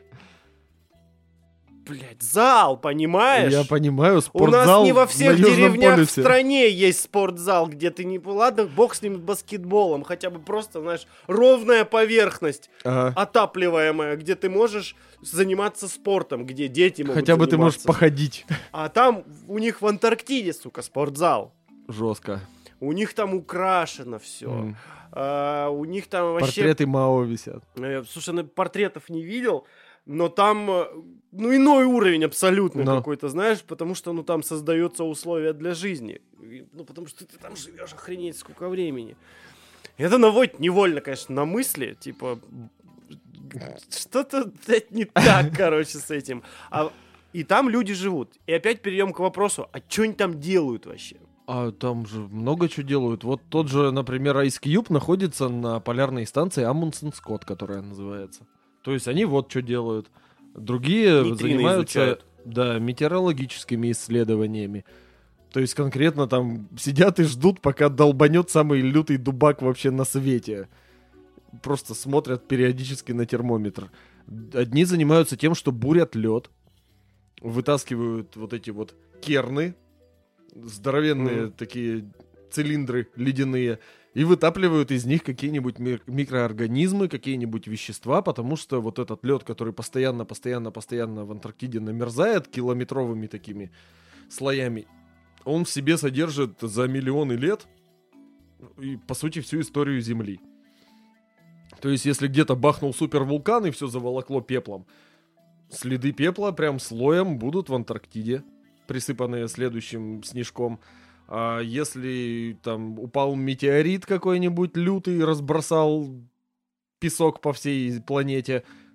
Блять, зал, понимаешь? Я понимаю, У нас спортзал не во всех на Южном деревнях в полюсе. стране есть спортзал, где ты не... Ладно, бог с ним, баскетболом, хотя бы просто, знаешь, ровная поверхность, отапливаемая, где ты можешь заниматься спортом, где дети могут Хотя бы заниматься. ты можешь походить. А там у них в Антарктиде, сука, спортзал. Жестко. У них там украшено все. У них там вообще... Портреты Мао висят. Слушай, портретов не видел, но там, иной уровень абсолютно какой-то, знаешь, потому что, там создаются условия для жизни. Потому что ты там живешь охренеть сколько времени. Это наводит невольно, конечно, на мысли, типа, что-то не так, короче, с этим. И там люди живут. И опять перейдем к вопросу, а что они там делают вообще? А там же много чего делают. Вот тот же, например, Ice Cube находится на полярной станции Амундсен Скотт, которая называется. То есть они вот что делают. Другие Нейтрины занимаются изучают. метеорологическими исследованиями. То есть конкретно там сидят и ждут, пока долбанет самый лютый дубак вообще на свете. Просто смотрят периодически на термометр. Одни занимаются тем, что бурят лед. Вытаскивают вот эти вот керны. Здоровенные такие цилиндры ледяные. И вытапливают из них какие-нибудь микроорганизмы, какие-нибудь вещества, потому что вот этот лед, который постоянно в Антарктиде намерзает километровыми такими слоями, он в себе содержит за миллионы лет и, по сути, всю историю Земли. То есть, если где-то бахнул супервулкан и все заволокло пеплом, следы пепла прям слоем будут в Антарктиде, присыпанные следующим снежком. А если там упал метеорит какой-нибудь лютый, разбросал песок по всей планете,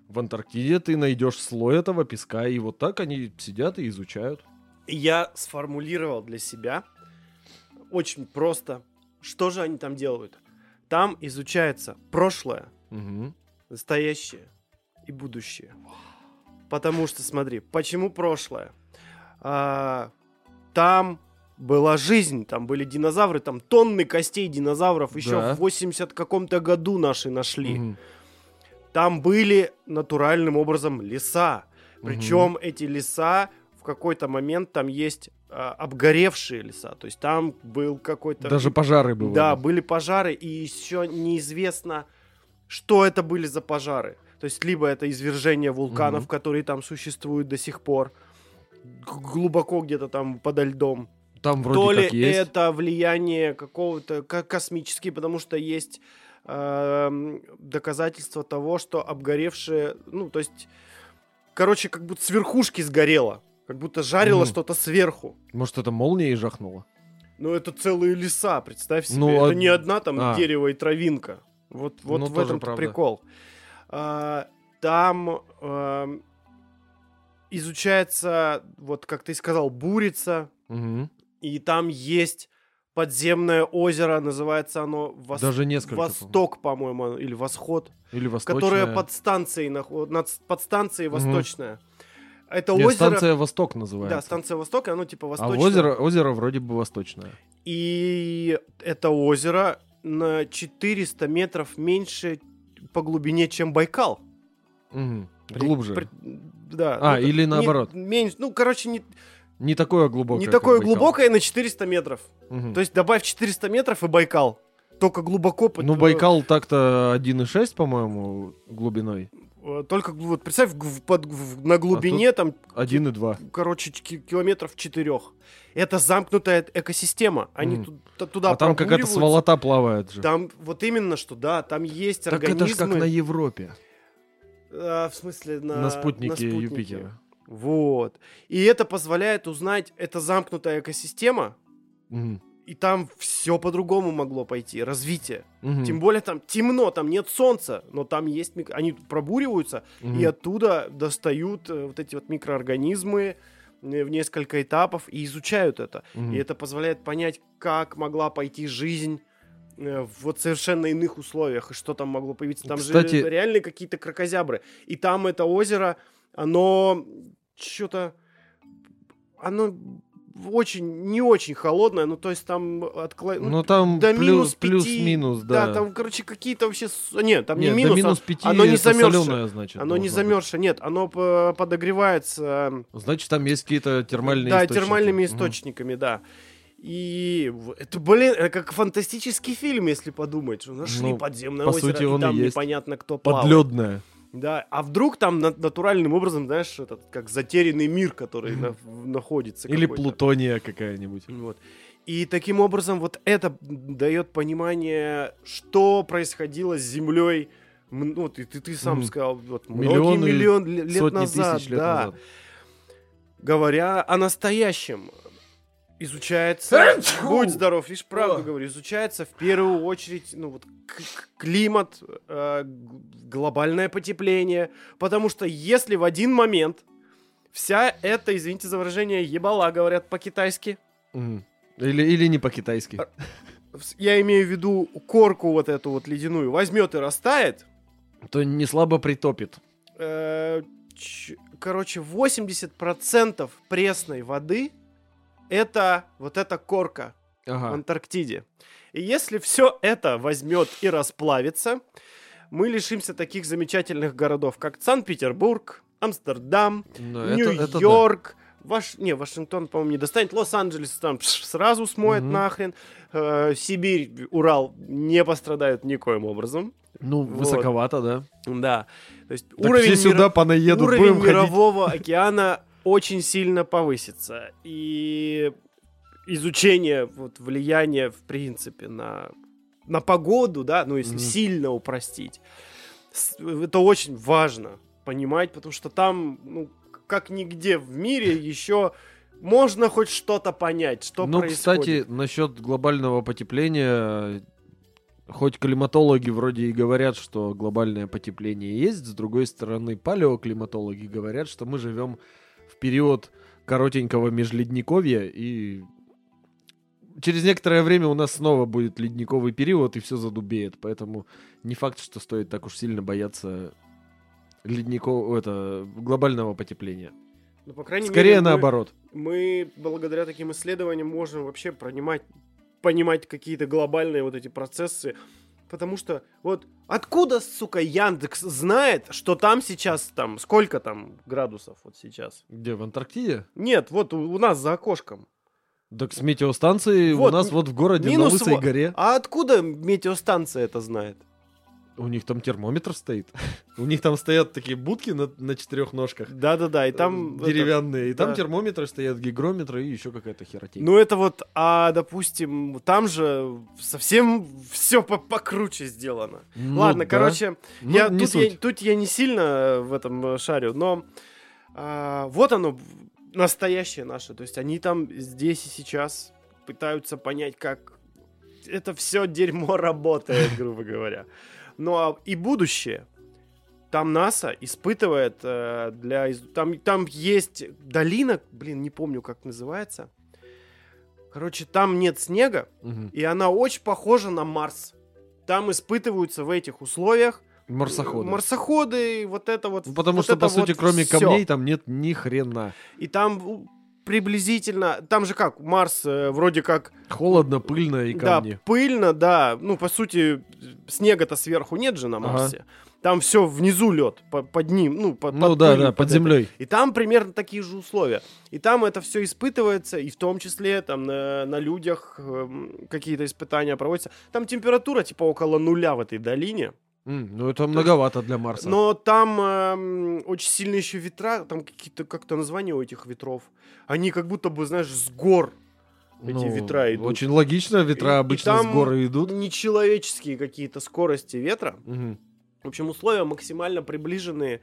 В Антарктиде ты найдешь слой этого песка, и вот так они сидят и изучают. Я сформулировал для себя очень просто, что же они там делают. Там изучается прошлое, Угу. настоящее и будущее. Потому что, смотри, почему прошлое? Там была жизнь, там были динозавры, там тонны костей динозавров еще Да. в 80 каком-то году наши нашли. Мгм. Там были натуральным образом леса. Причем эти леса в какой-то момент там есть обгоревшие леса. То есть там был какой-то... Даже пожары бывали. Да, были пожары, и еще неизвестно, что это были за пожары. То есть либо это извержение вулканов, которые там существуют до сих пор, глубоко где-то там подо льдом. Там То вроде ли как есть. это влияние какого-то космическое, потому что есть доказательства того, что обгоревшие, ну, то есть, короче, как будто с верхушки сгорело, как будто жарило что-то сверху. Может, это молнией жахнуло? Ну, это целые леса, представь себе. Ну, это не одна там а. дерево и травинка. Вот Ну, в тоже этом правда. прикол. Там изучается, вот как ты сказал, бурица, Мгм. и там есть подземное озеро, называется оно Даже несколько, Восток, по-моему, или Восход, Или восточная. которое под станцией, под станцией Восточная. Это Нет, озеро... станция Восток называется. Да, станция Восток, оно типа А восточное. озеро вроде бы восточное. И это озеро на 400 метров меньше по глубине, чем Байкал. Мгм. Глубже. Да. А, или наоборот. Меньше, ну, короче, Не такое глубокое. не как такое Байкал. глубокое на 400 метров. Мгм. То есть добавь 400 метров и Байкал. Только глубоко... Ну, Байкал так-то 1,6, по-моему, глубиной. Только, вот, представь, на глубине там, 1,2. короче, километров 4. Это замкнутая экосистема. Они туда А там какая-то пробуриваются. сволота плавает же. Там вот именно что, да, там есть Так организмы... это ж как на Европе. В смысле, На спутнике Юпитера. Вот. И это позволяет узнать, это замкнутая экосистема, Мгм. и там все по-другому могло пойти, развитие. Мгм. Тем более там темно, там нет солнца, но там есть... Они пробуриваются, Мгм. и оттуда достают вот эти вот микроорганизмы в несколько этапов и изучают это. Мгм. И это позволяет понять, как могла пойти жизнь в вот совершенно иных условиях, и что там могло появиться. Там Кстати- же реально какие-то кракозябры. И там это озеро, оно что-то... Оно не очень холодное, ну, то есть там Ну, там до минус 5. плюс-минус, да. Да, там, короче, какие-то вообще... Нет, там Нет, не до минус, минус 5 оно не это замерзшее. солёное, значит. Оно не должно быть. замерзшее, нет, оно подогревается... Значит, там есть какие-то термальные Да, источники. термальными Мгм. источниками, да. И это, блин, это как фантастический фильм, если подумать, что нашли Ну, подземное по озеро, сути, и он и там есть. непонятно кто плавает. Подлёдная. Да, а вдруг там натуральным образом, знаешь, этот, как затерянный мир, который находится. Или какой-то. Плутония какая-нибудь. Вот. И таким образом вот это дает понимание, что происходило с Землей. Ну, ты сам Мгм. сказал, вот, Миллионы, многие миллион лет Сотни назад, тысяч лет да. назад. Говоря о настоящем, изучается, будь здоров, лишь правду говорю, изучается в первую очередь, ну вот климат, глобальное потепление, потому что если в один момент вся эта, извините за выражение, ебала, говорят по-китайски, Мгм. Или не по-китайски. я имею в виду корку вот эту вот ледяную, возьмет и растает, То не слабо притопит. короче, 80% пресной воды это вот эта корка в Ага. Антарктиде. И если все это возьмет и расплавится, мы лишимся таких замечательных городов, как Санкт-Петербург, Амстердам, Ну, это да. Нью-Йорк, Вашингтон, по-моему, не достанет, Лос-Анджелес там сразу смоет Мгм. нахрен, Сибирь, Урал не пострадают никоим образом. Ну, Вот. высоковато, да. Да, то есть Так все сюда понаедут, уровень будем ходить. мирового океана очень сильно повысится. И изучение вот, влияния, в принципе, на погоду, да, ну, если Мгм. сильно упростить, это очень важно понимать, потому что там, ну, как нигде в мире еще можно хоть что-то понять, что Ну, происходит. кстати, насчет глобального потепления, хоть климатологи вроде и говорят, что глобальное потепление есть, с другой стороны, палеоклиматологи говорят, что мы живем в период коротенького межледниковья, и через некоторое время у нас снова будет ледниковый период, и все задубеет. Поэтому не факт, что стоит так уж сильно бояться глобального потепления. Ну, по крайней Скорее мере, наоборот. Мы благодаря таким исследованиям можем вообще понимать какие-то глобальные вот эти процессы. Потому что вот откуда, сука, Яндекс знает, что там сейчас, там, сколько там градусов вот сейчас? Где, в Антарктиде? Нет, вот у нас за окошком. Так с метеостанцией Вот, у нас вот в городе на Лысой горе. А откуда метеостанция это знает? У них там термометр стоит. У них там стоят такие будки на 4 ножках. Да-да-да, и там... Деревянные. И там да. термометры стоят, гигрометры и еще какая-то херотень. Ну это вот, допустим, там же совсем все покруче сделано. Ну, Ладно, да. короче, Ну, тут я не сильно в этом шарю, но вот оно, настоящее наше. То есть они там здесь и сейчас пытаются понять, как это все дерьмо работает, грубо говоря. Ну и будущее. Там НАСА испытывает Там есть долина, не помню, как называется. Короче, там нет снега, и она очень похожа на Марс. Там испытываются в этих условиях марсоходы, вот это вот. Потому вот что, это по сути, вот кроме всё. камней там нет ни хрена. И там приблизительно... Там же как, Марс вроде как... Холодно, пыльно и камни. Да, пыльно, да. Ну, по сути, снега-то сверху нет же на Марсе. Ага. Там все внизу лед, под ним, под да, пылью, да, под это. землей. И там примерно такие же условия. И там это все испытывается, и в том числе там на людях какие-то испытания проводятся. Там температура типа около нуля в этой долине. Ну, это многовато для Марса. Но там очень сильные еще ветра, там какие-то как-то названия у этих ветров. Они как будто бы, знаешь, с гор эти ветра идут. Очень логично, ветра обычно там с горы идут. Нечеловеческие какие-то скорости ветра. Угу. В общем, условия максимально приближенные,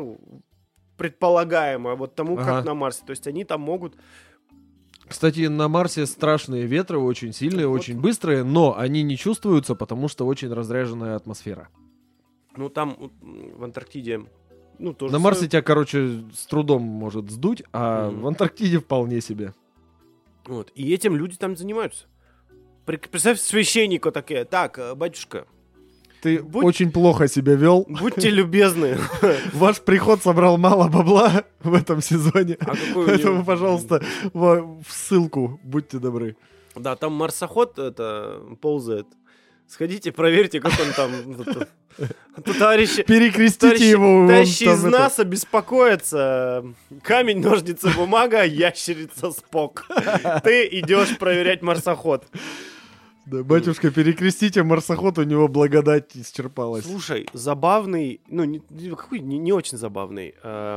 предполагаемо вот тому, как на Марсе. То есть они там могут... Кстати, на Марсе страшные ветры, очень сильные, Вот. очень быстрые, но они не чувствуются, потому что очень разряженная атмосфера. Ну, там в Антарктиде... тоже На Марсе тебя, с трудом может сдуть, а в Антарктиде вполне себе. Вот. И этим люди там занимаются. Представь, священнику такие: так, батюшка, Ты очень плохо себя вел. будьте любезны. Ваш приход собрал мало бабла в этом сезоне. Поэтому, него? пожалуйста, в ссылку, будьте добры. Да, там марсоход ползает. Сходите, проверьте, как он там. Товарищи, Перекрестите его. товарищи из НАСА беспокоятся. Камень, ножницы, бумага, ящерица, Спок. Ты идешь проверять марсоход. Да, батюшка, перекрестите, марсоход, у него благодать исчерпалась. Слушай, забавный, не очень забавный.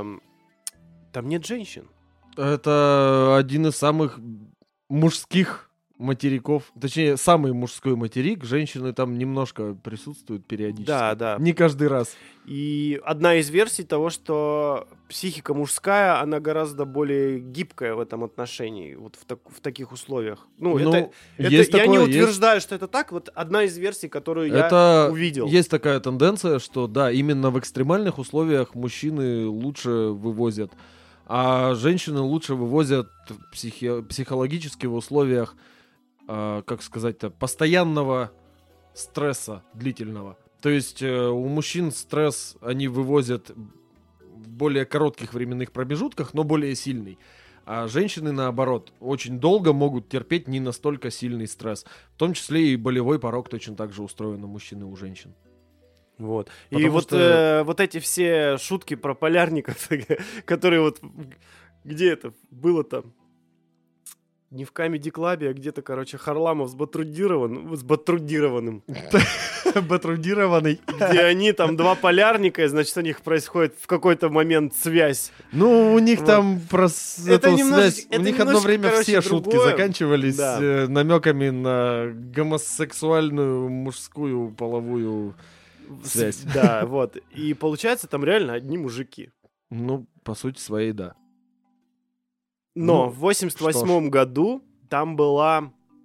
Там нет женщин. Это один из самых мужских материков. Точнее, самый мужской материк. Женщины там немножко присутствуют периодически. Да, да. Не каждый раз. И одна из версий того, что психика мужская, она гораздо более гибкая в этом отношении, вот в таких условиях. есть я не такое, утверждаю, что это так. Вот одна из версий, которую Это я увидел. Есть такая тенденция, что да, именно в экстремальных условиях мужчины лучше вывозят, а женщины лучше вывозят психологически в условиях, как сказать-то, постоянного стресса длительного. То есть у мужчин стресс они вывозят в более коротких временных промежутках, но более сильный. А женщины, наоборот, очень долго могут терпеть не настолько сильный стресс. В том числе и болевой порог точно так же устроен у мужчин и у женщин. Вот. Потому И вот, что- вот эти все шутки про полярников, которые вот... Где это было-то? Не в Comedy Club, а где-то, Харламов с Батрудированным. Батрудированный. Где они там два полярника, и, значит, у них происходит в какой-то момент связь. Ну, у них Вот. там Это эту немножечко- связь... это У них одно немножечко, время все шутки другое. заканчивались Да. намеками на гомосексуальную мужскую половую связь. Да, вот. И получается, там реально одни мужики. Ну, по сути своей, да. Но Ну, в 88 году там была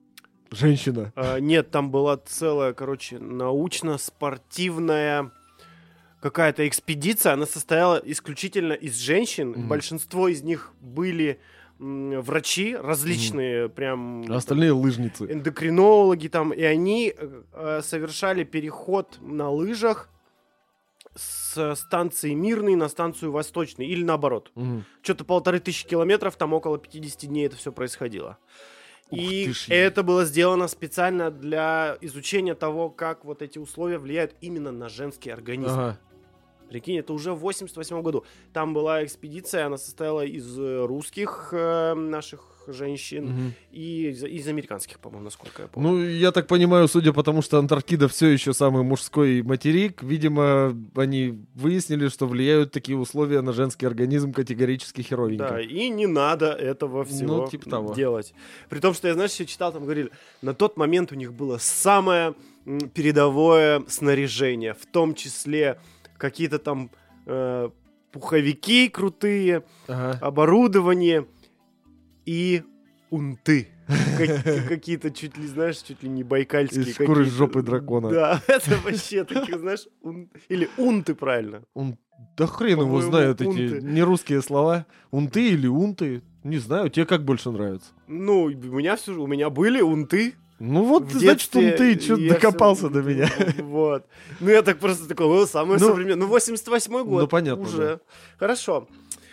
Женщина. Нет, там была целая, короче, научно-спортивная какая-то экспедиция. Она состояла исключительно из женщин. Большинство из них были врачи различные, прям... Остальные лыжницы. Эндокринологи там. И они совершали переход на лыжах с станции Мирный на станцию Восточный. Или наоборот. Что-то 1500 километров, там около 50 дней это все происходило. И это было сделано специально для изучения того, как вот эти условия влияют именно на женский организм. Ага. Прикинь, это уже в 88 году. Там была экспедиция, она состояла из русских наших женщин и из американских, по-моему, насколько я помню. Ну, я так понимаю, судя по тому, что Антарктида все еще самый мужской материк, видимо, они выяснили, что влияют такие условия на женский организм категорически херовенько. Да, и не надо этого всего типа того. делать. При том, что я, знаешь, еще читал, там говорили, на тот момент у них было самое передовое снаряжение, в том числе какие-то там пуховики крутые, оборудование и унты. Какие-то чуть ли, знаешь, чуть ли не байкальские. Из шкуры жопы дракона. Да, это вообще такие, знаешь, или унты, правильно. Да хрен его знают эти нерусские слова. Унты или унты, не знаю, тебе как больше нравится? Ну, у меня были унты. Ну вот, значит, унты, что докопался до меня. Вот. Ну, я так просто такой, самое современное. Ну, 88-й год. Ну, понятно. Уже. Хорошо.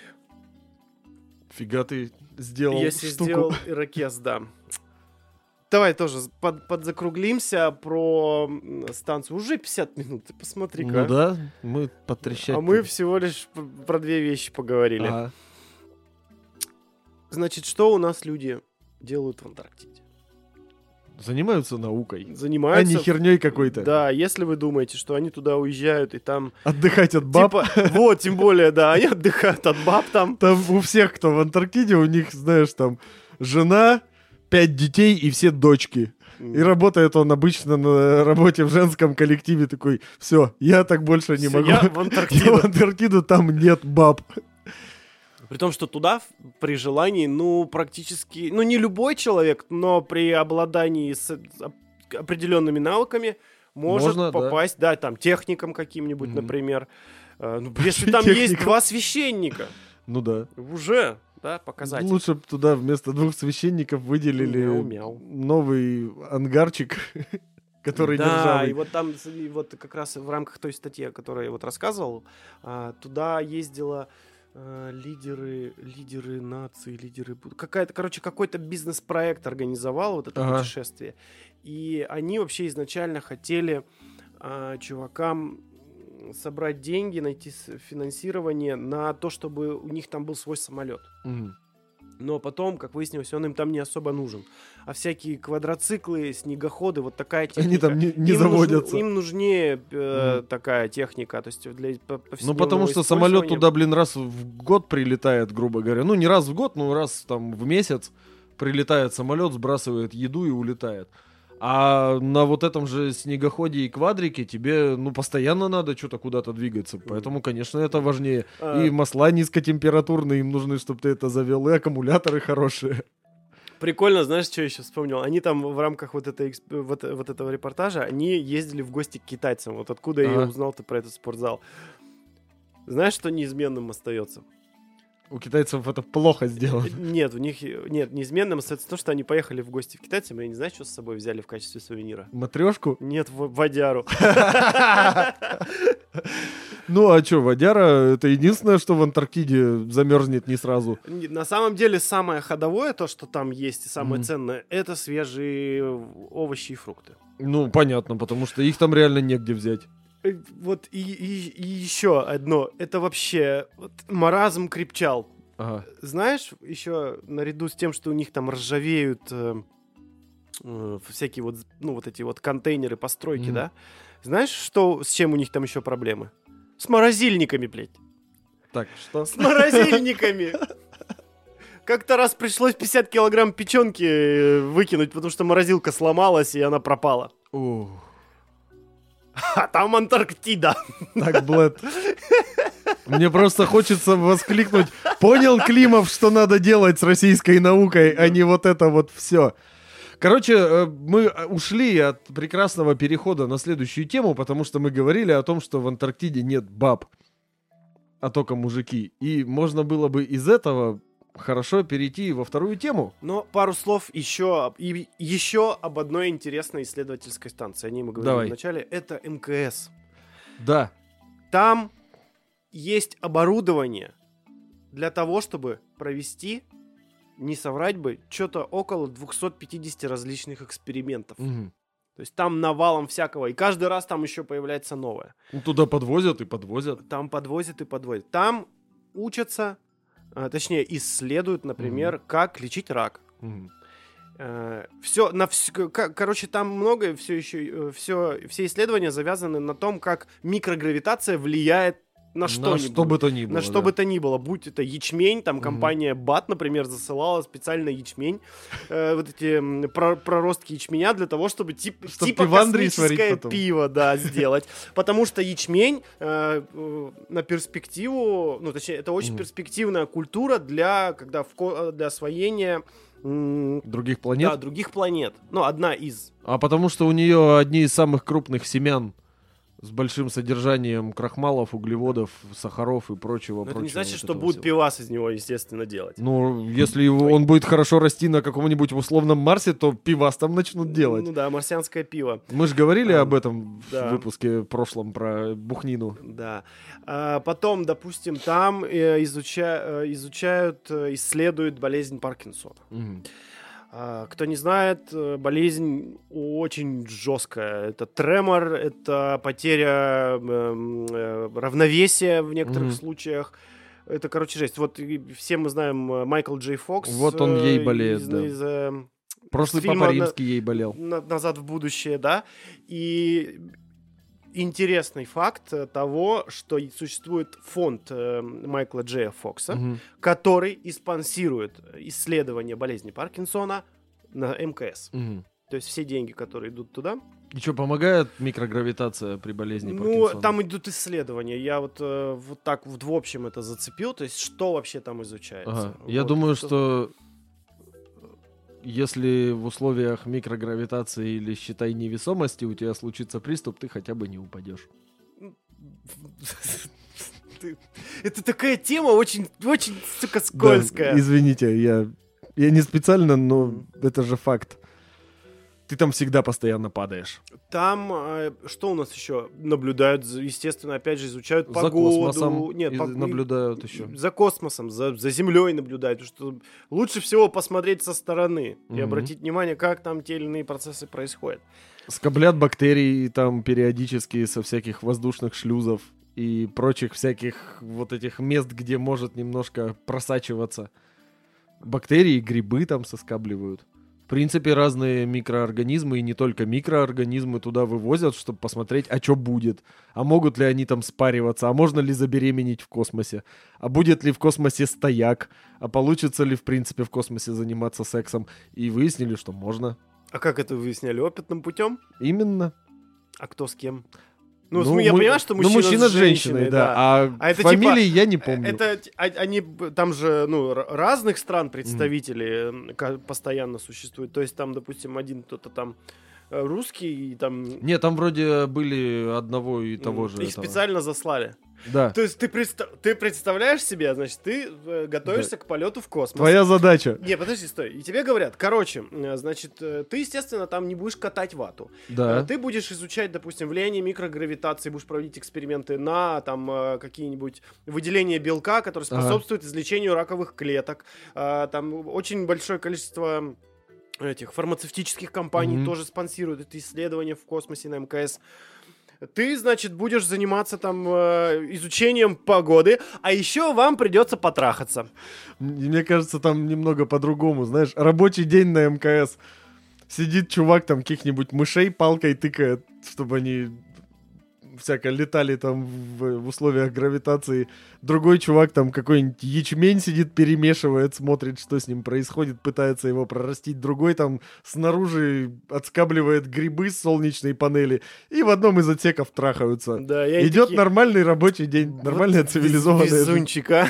Фига ты сделал я штуку. сделал ирокез, да. Давай тоже подзакруглимся про станцию. Уже 50 минут, ты посмотри-ка. Ну да, мы потрещать. А мы всего лишь про две вещи поговорили. Ага. Значит, что у нас люди делают в Антарктиде? Занимаются наукой. Занимаются. А не херней какой-то. Да, если вы думаете, что они туда уезжают и там... Отдыхать от баб. Типа, вот, тем более, да, они отдыхают от баб там. Там у всех, кто в Антарктиде, у них, знаешь, там жена, 5 детей и все дочки. И работает он обычно на работе в женском коллективе такой, все, я так больше не могу. Я в Антарктиду. Я в Антарктиду, там нет баб. При том, что туда при желании, ну, практически, ну, не любой человек, но при обладании с определенными навыками можно попасть, да, там, техником каким-нибудь, например. Ну, если там есть 2 священника. Ну да. Уже, да, показатель. Лучше бы туда вместо 2 священников выделили новый ангарчик, который державый. Да, и вот там, вот как раз в рамках той статьи, о которой я вот рассказывал, туда ездила... лидеры нации, какой-то бизнес-проект организовал вот это путешествие. И они вообще изначально хотели чувакам собрать деньги, найти финансирование на то, чтобы у них там был свой самолет. Но потом, как выяснилось, он им там не особо нужен. А всякие квадроциклы, снегоходы, вот такая техника. Они там не заводятся. Им нужнее такая техника. То есть для ну, потому что самолет туда, раз в год прилетает, грубо говоря. Ну, не раз в год, но раз там в месяц прилетает самолет, сбрасывает еду и улетает. А на вот этом же снегоходе и квадрике тебе, ну, постоянно надо что-то куда-то двигаться. Поэтому, конечно, это важнее. И масла низкотемпературные им нужны, чтобы ты это завел, и аккумуляторы хорошие. Прикольно, знаешь, что я еще вспомнил? Они там в рамках вот этого репортажа, они ездили в гости к китайцам. Вот откуда я узнал-то про этот спортзал. Знаешь, что неизменным остается? У китайцев это плохо сделано. Нет, у них неизменным остается то, что они поехали в гости к китайцам, и я не знаю, что с собой взяли в качестве сувенира. Матрешку? Нет, водяру. Ну, а что, водяра — это единственное, что в Антарктиде замерзнет не сразу. На самом деле, самое ходовое, то, что там есть, и самое ценное, это свежие овощи и фрукты. Ну, понятно, потому что их там реально негде взять. Вот и еще одно. Это вообще маразм крепчал. Ага. Знаешь, еще наряду с тем, что у них там ржавеют всякие вот, ну, вот эти вот контейнеры, постройки, да? Знаешь, с чем у них там еще проблемы? С морозильниками, блядь. Так, что? С морозильниками! Как-то раз пришлось 50 килограмм печенки выкинуть, потому что морозилка сломалась, и она пропала. А там Антарктида. Так, Блэд. Мне просто хочется воскликнуть. Понял, Климов, что надо делать с российской наукой, а не вот это вот все. Короче, мы ушли от прекрасного перехода на следующую тему, потому что мы говорили о том, что в Антарктиде нет баб, а только мужики. И можно было бы из этого хорошо перейти во вторую тему. Но пару слов еще об одной интересной исследовательской станции. О ней мы говорили Давай. в начале. Это МКС. Да. Там есть оборудование для того, чтобы провести, не соврать бы, что-то около 250 различных экспериментов. Мгм. То есть там навалом всякого. И каждый раз там еще появляется новое. Ну, туда подвозят и подвозят. Там подвозят и подвозят. Там учатся, точнее, исследуют, например, как лечить рак. Мгм. Короче, там многое, все исследования завязаны на том, как микрогравитация влияет на На что что-нибудь. бы то ни было. На что да. бы то ни было, будь это ячмень, там Мгм. компания БАТ, например, засылала специально ячмень, вот эти проростки ячменя для того, чтобы Чтоб типа пивандрии сварить космическое потом. пиво, да, сделать. Потому что ячмень на перспективу, ну, точнее, это очень Мгм. перспективная культура для освоения Других планет. да, других планет. Ну, одна из. А потому что у нее одни из самых крупных семян с большим содержанием крахмалов, углеводов, сахаров и прочего. Но это не прочего значит, вот что этого будут всего. пивас из него, естественно, делать. Ну, если он будет хорошо расти на каком-нибудь условном Марсе, то пивас там начнут делать. Ну да, марсианское пиво. Мы же говорили об этом да. в выпуске прошлом про бухнину. Да. Потом, допустим, там исследуют болезнь Паркинсона. Мгм. Кто не знает, болезнь очень жесткая. Это тремор, это потеря равновесия в некоторых Мгм. случаях. Это, короче, жесть. Вот все мы знаем Майкл Джей Фокс. Вот он ей болеет, да. из Прошлый фильма Папа Римский ей болел. «Назад в будущее», да. И интересный факт того, что существует фонд Майкла Джея Фокса, Мгм. который и спонсирует исследование болезни Паркинсона на МКС. Мгм. То есть все деньги, которые идут туда. И что, помогает микрогравитация при болезни Ну, Паркинсона? там идут исследования. Я вот так вот в общем это зацепил. То есть что вообще там изучается. Ага. Я Вот. думаю, что если в условиях микрогравитации или, считай, невесомости у тебя случится приступ, ты хотя бы не упадешь. Это такая тема очень, очень, сука, скользкая. Да, извините, я не специально, но это же факт. Ты там всегда постоянно падаешь. Там что у нас еще наблюдают? Естественно, опять же, изучают За погоду. космосом Нет, наблюдают еще. За космосом, за Землей наблюдают. Потому что лучше всего посмотреть со стороны и Мгм. обратить внимание, как там те или иные процессы происходят. Скоблят бактерии там периодически со всяких воздушных шлюзов и прочих всяких вот этих мест, где может немножко просачиваться. Бактерии, грибы там соскабливают. В принципе, разные микроорганизмы, и не только микроорганизмы, туда вывозят, чтобы посмотреть, а что будет. А могут ли они там спариваться, а можно ли забеременеть в космосе, а будет ли в космосе стояк, а получится ли в принципе в космосе заниматься сексом. И выяснили, что можно. А как это выясняли? Опытным путем? Именно. А кто с кем? Ну, я понимаю, что мужчина, мужчина с женщиной, да. А А это фамилии типа, я не помню. Они там же, разных стран представители постоянно существуют. То есть там, допустим, один кто-то там русский, и там... Нет, там вроде были одного и того же. Их этого. специально заслали. Да. То есть ты представляешь себе, значит, ты готовишься к полету в космос. Твоя задача. Не, подожди, стой. И тебе говорят, короче, значит, ты, естественно, там не будешь катать вату. Да. Ты будешь изучать, допустим, влияние микрогравитации, будешь проводить эксперименты на там какие-нибудь выделения белка, которые способствуют излечению раковых клеток. Там очень большое количество этих фармацевтических компаний тоже спонсируют это исследование в космосе на МКС. Ты, значит, будешь заниматься там изучением погоды, а еще вам придется потрахаться. Мне кажется, там немного по-другому, знаешь, рабочий день на МКС. Сидит чувак там каких-нибудь мышей палкой тыкает, чтобы они всяко летали там в условиях гравитации. Другой чувак там какой-нибудь ячмень сидит, перемешивает, смотрит, что с ним происходит, пытается его прорастить. Другой там снаружи отскабливает грибы с солнечной панели. И в одном из отсеков трахаются. Да, Идет нормальный рабочий день, нормальная цивилизованная жизнь. Везунчик, а?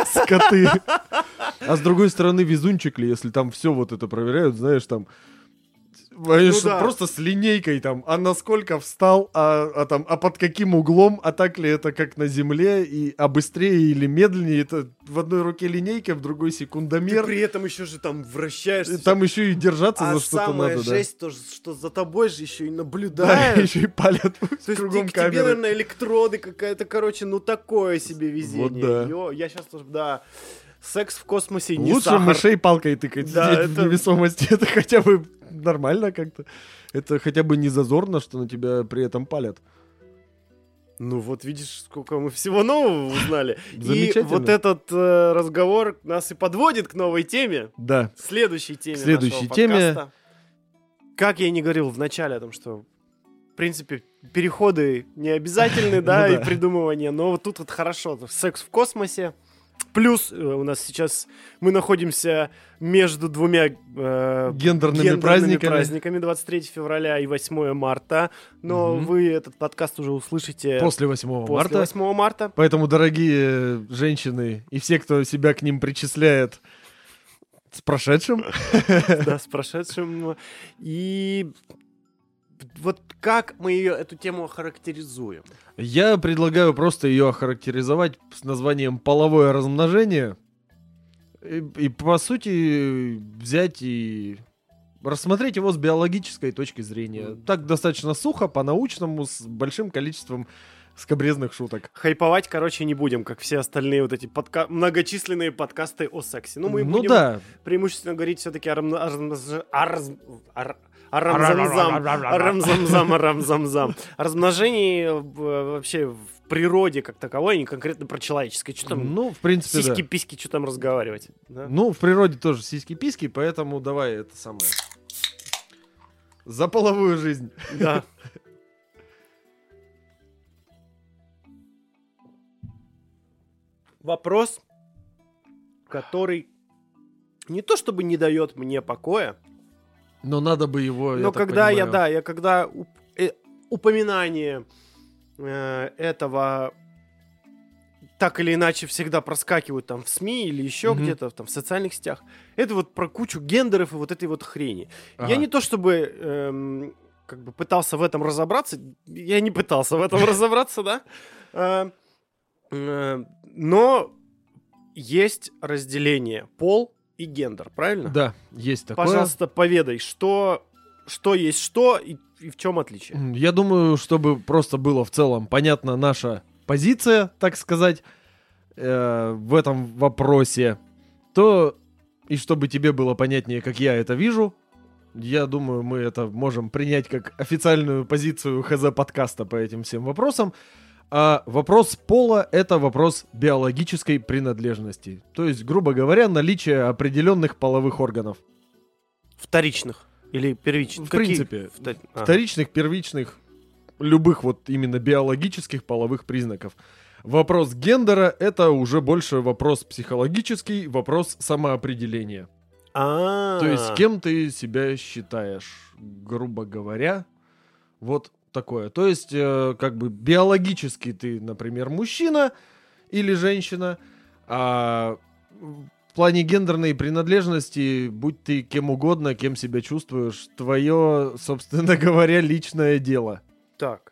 Скоты. А с другой стороны, везунчик ли, если там все вот это проверяют, знаешь, там Понимаешь, да. просто с линейкой там, а насколько встал, а под каким углом, а так ли это как на земле, а быстрее или медленнее, это в одной руке линейка, в другой Ты секундомер, при этом еще же там вращаешься. там еще и держаться А за что-то самая надо, жесть, то, что за тобой же еще и да. Да, наблюдают. еще и палят То есть кругом к тебе, камеры. наверное, электроды какая-то, короче, ну такое себе везение. Вот да. Я сейчас тоже, да, секс в космосе не Лучше сахар. мышей палкой тыкать, Да, сидеть в это- невесомости, это хотя бы нормально как-то. Это хотя бы не зазорно, что на тебя при этом палят. Ну вот видишь, сколько мы всего нового узнали. И Замечательно. вот этот разговор нас и подводит к новой теме. Да. Следующей теме Следующей нашего теме. подкаста. Как я и не говорил в начале о том, что в принципе переходы не обязательны, да, Ну и да. придумывание, но вот тут вот хорошо. Секс в космосе. Плюс у нас сейчас мы находимся между двумя Гендерными праздниками. 23 февраля и 8 марта. Но Мгм. вы этот подкаст уже услышите После 8 после марта. 8 марта. Поэтому, дорогие женщины и все, кто себя к ним причисляет, с прошедшим. Да, с прошедшим. И вот как мы эту тему охарактеризуем? Я предлагаю просто ее охарактеризовать с названием «половое размножение». И по сути, взять и рассмотреть его с биологической точки зрения. Так достаточно сухо, по-научному, с большим количеством скабрезных шуток. Хайповать, короче, не будем, как все остальные вот эти многочисленные подкасты о сексе. Ну, мы Ну будем да. преимущественно говорить все-таки о рамзамзам. О размножении вообще в природе как таковой, а не конкретно про человеческое. Что там, Ну, в принципе, да. сиськи-письки, что там разговаривать? Да? Ну, в природе тоже сиськи-письки, поэтому давай это самое. За половую жизнь. Да. Вопрос, который не то чтобы не дает мне покоя, Но надо бы его, но я так когда понимаю, когда упоминание этого так или иначе всегда проскакивают там в СМИ или еще Мгм. где-то там в социальных сетях, это вот про кучу гендеров и вот этой вот хрени. Ага. Я не то чтобы как бы пытался в этом разобраться, я не пытался в этом разобраться, да, но есть разделение пол и гендер, правильно? Да, есть такое. Пожалуйста, поведай, что есть что и в чем отличие? Я думаю, чтобы просто было в целом понятна наша позиция, так сказать, в этом вопросе, то и чтобы тебе было понятнее, как я это вижу, я думаю, мы это можем принять как официальную позицию ХЗ-подкаста по этим всем вопросам. А вопрос пола — это вопрос биологической принадлежности. То есть, грубо говоря, наличие определенных половых органов. Вторичных или первичных? В принципе, Ага. вторичных, первичных, любых вот именно биологических половых признаков. Вопрос гендера — это уже больше вопрос психологический, вопрос самоопределения. А. То есть кем ты себя считаешь, грубо говоря, вот такое. То есть как бы биологически ты, например, мужчина или женщина, а в плане гендерной принадлежности, будь ты кем угодно, кем себя чувствуешь, твое, собственно говоря, личное дело. Так.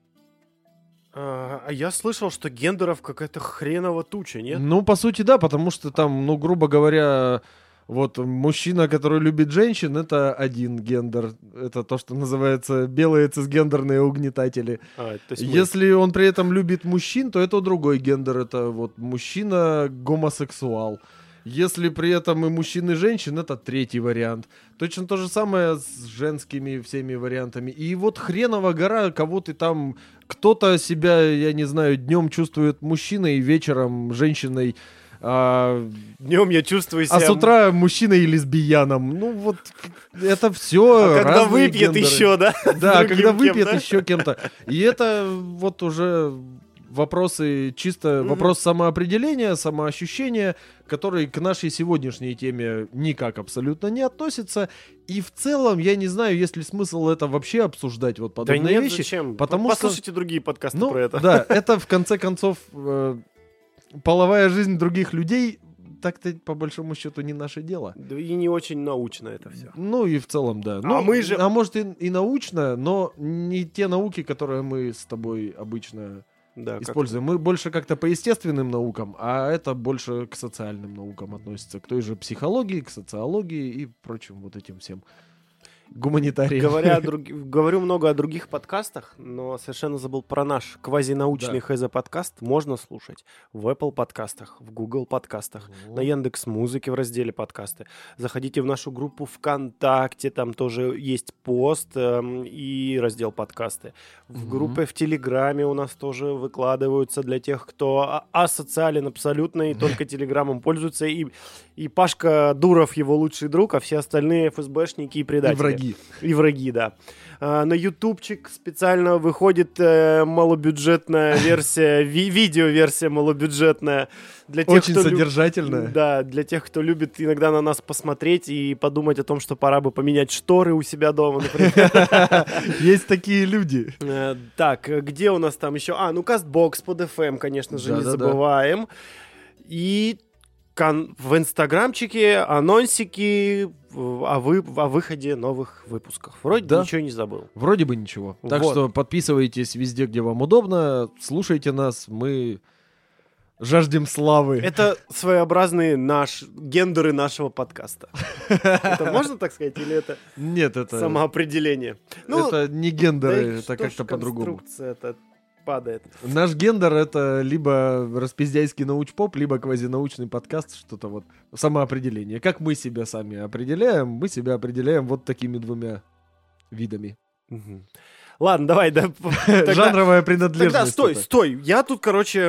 А я слышал, что гендеров какая-то хренова туча, нет? Ну, по сути, да, потому что там, ну, грубо говоря, вот мужчина, который любит женщин, это один гендер. Это то, что называется белые цисгендерные угнетатели. То есть мы- Если он при этом любит мужчин, то это другой гендер. Это вот мужчина-гомосексуал. Если при этом и мужчин, и женщин, это третий вариант. Точно то же самое с женскими всеми вариантами. И вот хренова гора, кого ты там... Кто-то себя, я не знаю, днем чувствует мужчиной, вечером женщиной, Днем я чувствую себя... а с утра мужчиной и лесбияном. Ну вот, это все. А когда выпьет еще, да? Да, другим когда выпьет кем-то. еще кем-то. И это вот уже вопросы, чисто вопрос самоопределения, самоощущения, который к нашей сегодняшней теме никак абсолютно не относится. И в целом, я не знаю, есть ли смысл это вообще обсуждать, вот Да подобные нет, вещи. зачем? потому что- Послушайте другие подкасты Ну, про это. да, это в конце концов половая жизнь других людей так-то по большому счету не наше дело. Да и не очень научно это все. Ну и в целом, да. Ну, мы же... А может и научно, но не те науки, которые мы с тобой обычно используем. Мы больше как-то по естественным наукам, а это больше к социальным наукам относится. К той же психологии, к социологии и прочим вот этим всем. Гуманитариям. Говорю много о других подкастах, но совершенно забыл про наш квазинаучный ХЗ-подкаст. Можно слушать в Apple подкастах, в Google подкастах, на Яндекс.Музыке в разделе подкасты. Заходите в нашу группу ВКонтакте, там тоже есть пост и раздел подкасты. В группе в Телеграме у нас тоже выкладываются для тех, кто асоциален абсолютно и только Телеграмом пользуется. И Пашка Дуров его лучший друг, а все остальные ФСБшники и предатели. И враги, да. На ютубчик специально выходит малобюджетная версия, видеоверсия малобюджетная. Для тех, очень содержательная. Да, для тех, кто любит иногда на нас посмотреть и подумать о том, что пора бы поменять шторы у себя дома, например. Есть такие люди. Так, где у нас там еще? Castbox, под FM, конечно же, не забываем. И в инстаграмчике анонсики о выходе новых выпусков. Вроде ничего не забыл. Вроде бы ничего. Так что подписывайтесь везде, где вам удобно, слушайте нас, мы жаждем славы. Это своеобразные гендеры нашего подкаста. Это можно так сказать, или это Нет, это самоопределение? Это не гендеры, это как-то по-другому. Конструкция это падает. Наш гендер — это либо распиздяйский научпоп, либо квазинаучный подкаст, что-то вот самоопределение. Как мы себя сами определяем, мы себя определяем вот такими двумя видами. Ладно, давай. Жанровая принадлежность. Тогда стой. Я тут,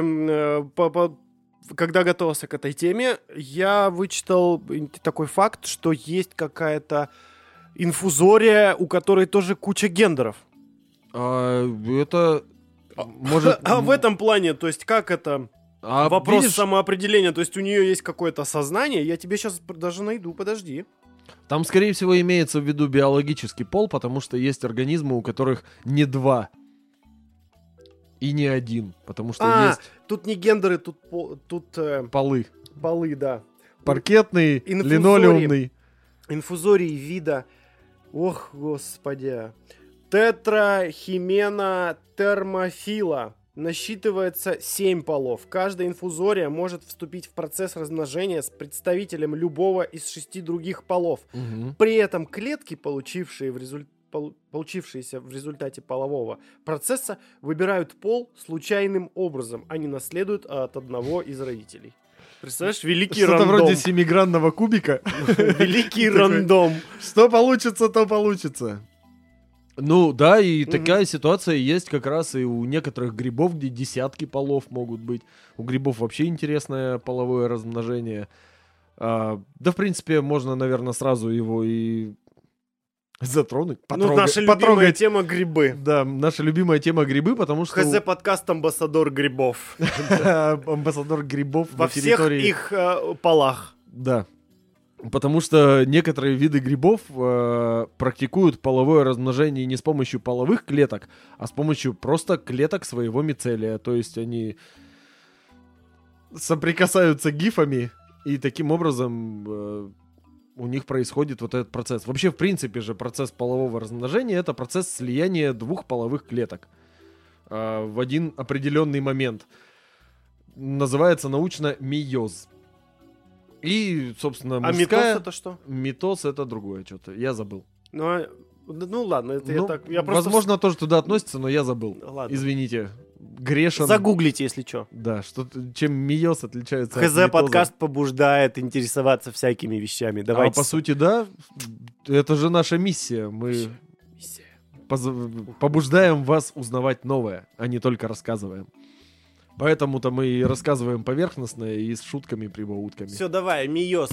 когда готовился к этой теме, я вычитал такой факт, что есть какая-то инфузория, у которой тоже куча гендеров. Это... Может... в этом плане, то есть как это... Вопрос самоопределения, то есть у нее есть какое-то сознание, я тебе сейчас даже найду, подожди. Там, скорее всего, имеется в виду биологический пол, потому что есть организмы, у которых не два и не один, потому что есть... тут не гендеры, тут полы. Полы, да. Паркетный, линолеумный. Инфузорий вида... Ох, господи... Тетрахимена термофила. Насчитывается 7 полов. Каждая инфузория может вступить в процесс размножения с представителем любого из 6 других полов. При этом клетки, получившиеся в результате полового процесса, выбирают пол случайным образом. Они наследуют от одного из родителей. Представляешь, великий рандом. Что-то вроде семигранного кубика. Великий рандом. Что получится, то получится. Ну да, и такая ситуация есть как раз и у некоторых грибов, где десятки полов могут быть. У грибов вообще интересное половое размножение. Да, в принципе, можно, наверное, сразу его и затронуть. Наша любимая тема грибы. Да, наша любимая тема грибы, потому что... ХЗ-подкаст «Амбассадор грибов». Амбассадор грибов во всех их полах. Да. Потому что некоторые виды грибов практикуют половое размножение не с помощью половых клеток, а с помощью просто клеток своего мицелия. То есть они соприкасаются гифами, и таким образом у них происходит вот этот процесс. Вообще, в принципе же, процесс полового размножения — это процесс слияния двух половых клеток в один определенный момент. Называется научно мейоз. И, собственно, мужская... А митоз это что? Митоз — это другое что-то. Я забыл. Ну ладно, это я так... Я просто... Возможно, тоже туда относится, но я забыл. Ладно. Извините. Грешен. Загуглите, если что. Да, чем мейоз отличается от ХЗ-подкаст побуждает интересоваться всякими вещами. Давайте. По сути, да. Это же наша миссия. Мы побуждаем вас узнавать новое, а не только рассказываем. Поэтому-то мы и рассказываем поверхностно и с шутками, прибаутками. Все, давай, мейоз.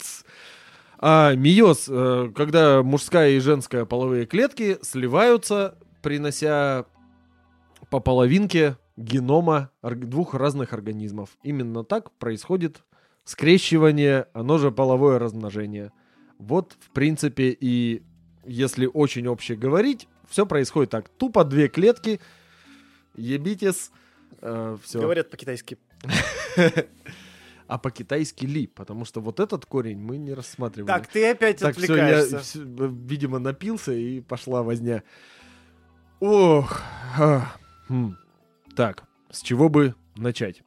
Мейоз, когда мужская и женская половые клетки сливаются, принося по половинке генома двух разных организмов. Именно так происходит скрещивание, оно же половое размножение. Вот, в принципе, и если очень обще говорить, все происходит так. Тупо две клетки, ебитесь... Все. Говорят по-китайски. а по-китайски ли, потому что вот этот корень мы не рассматривали. Так, ты опять Так, отвлекаешься. все, я, видимо, напился и пошла возня. Ох. Так, с чего бы начать?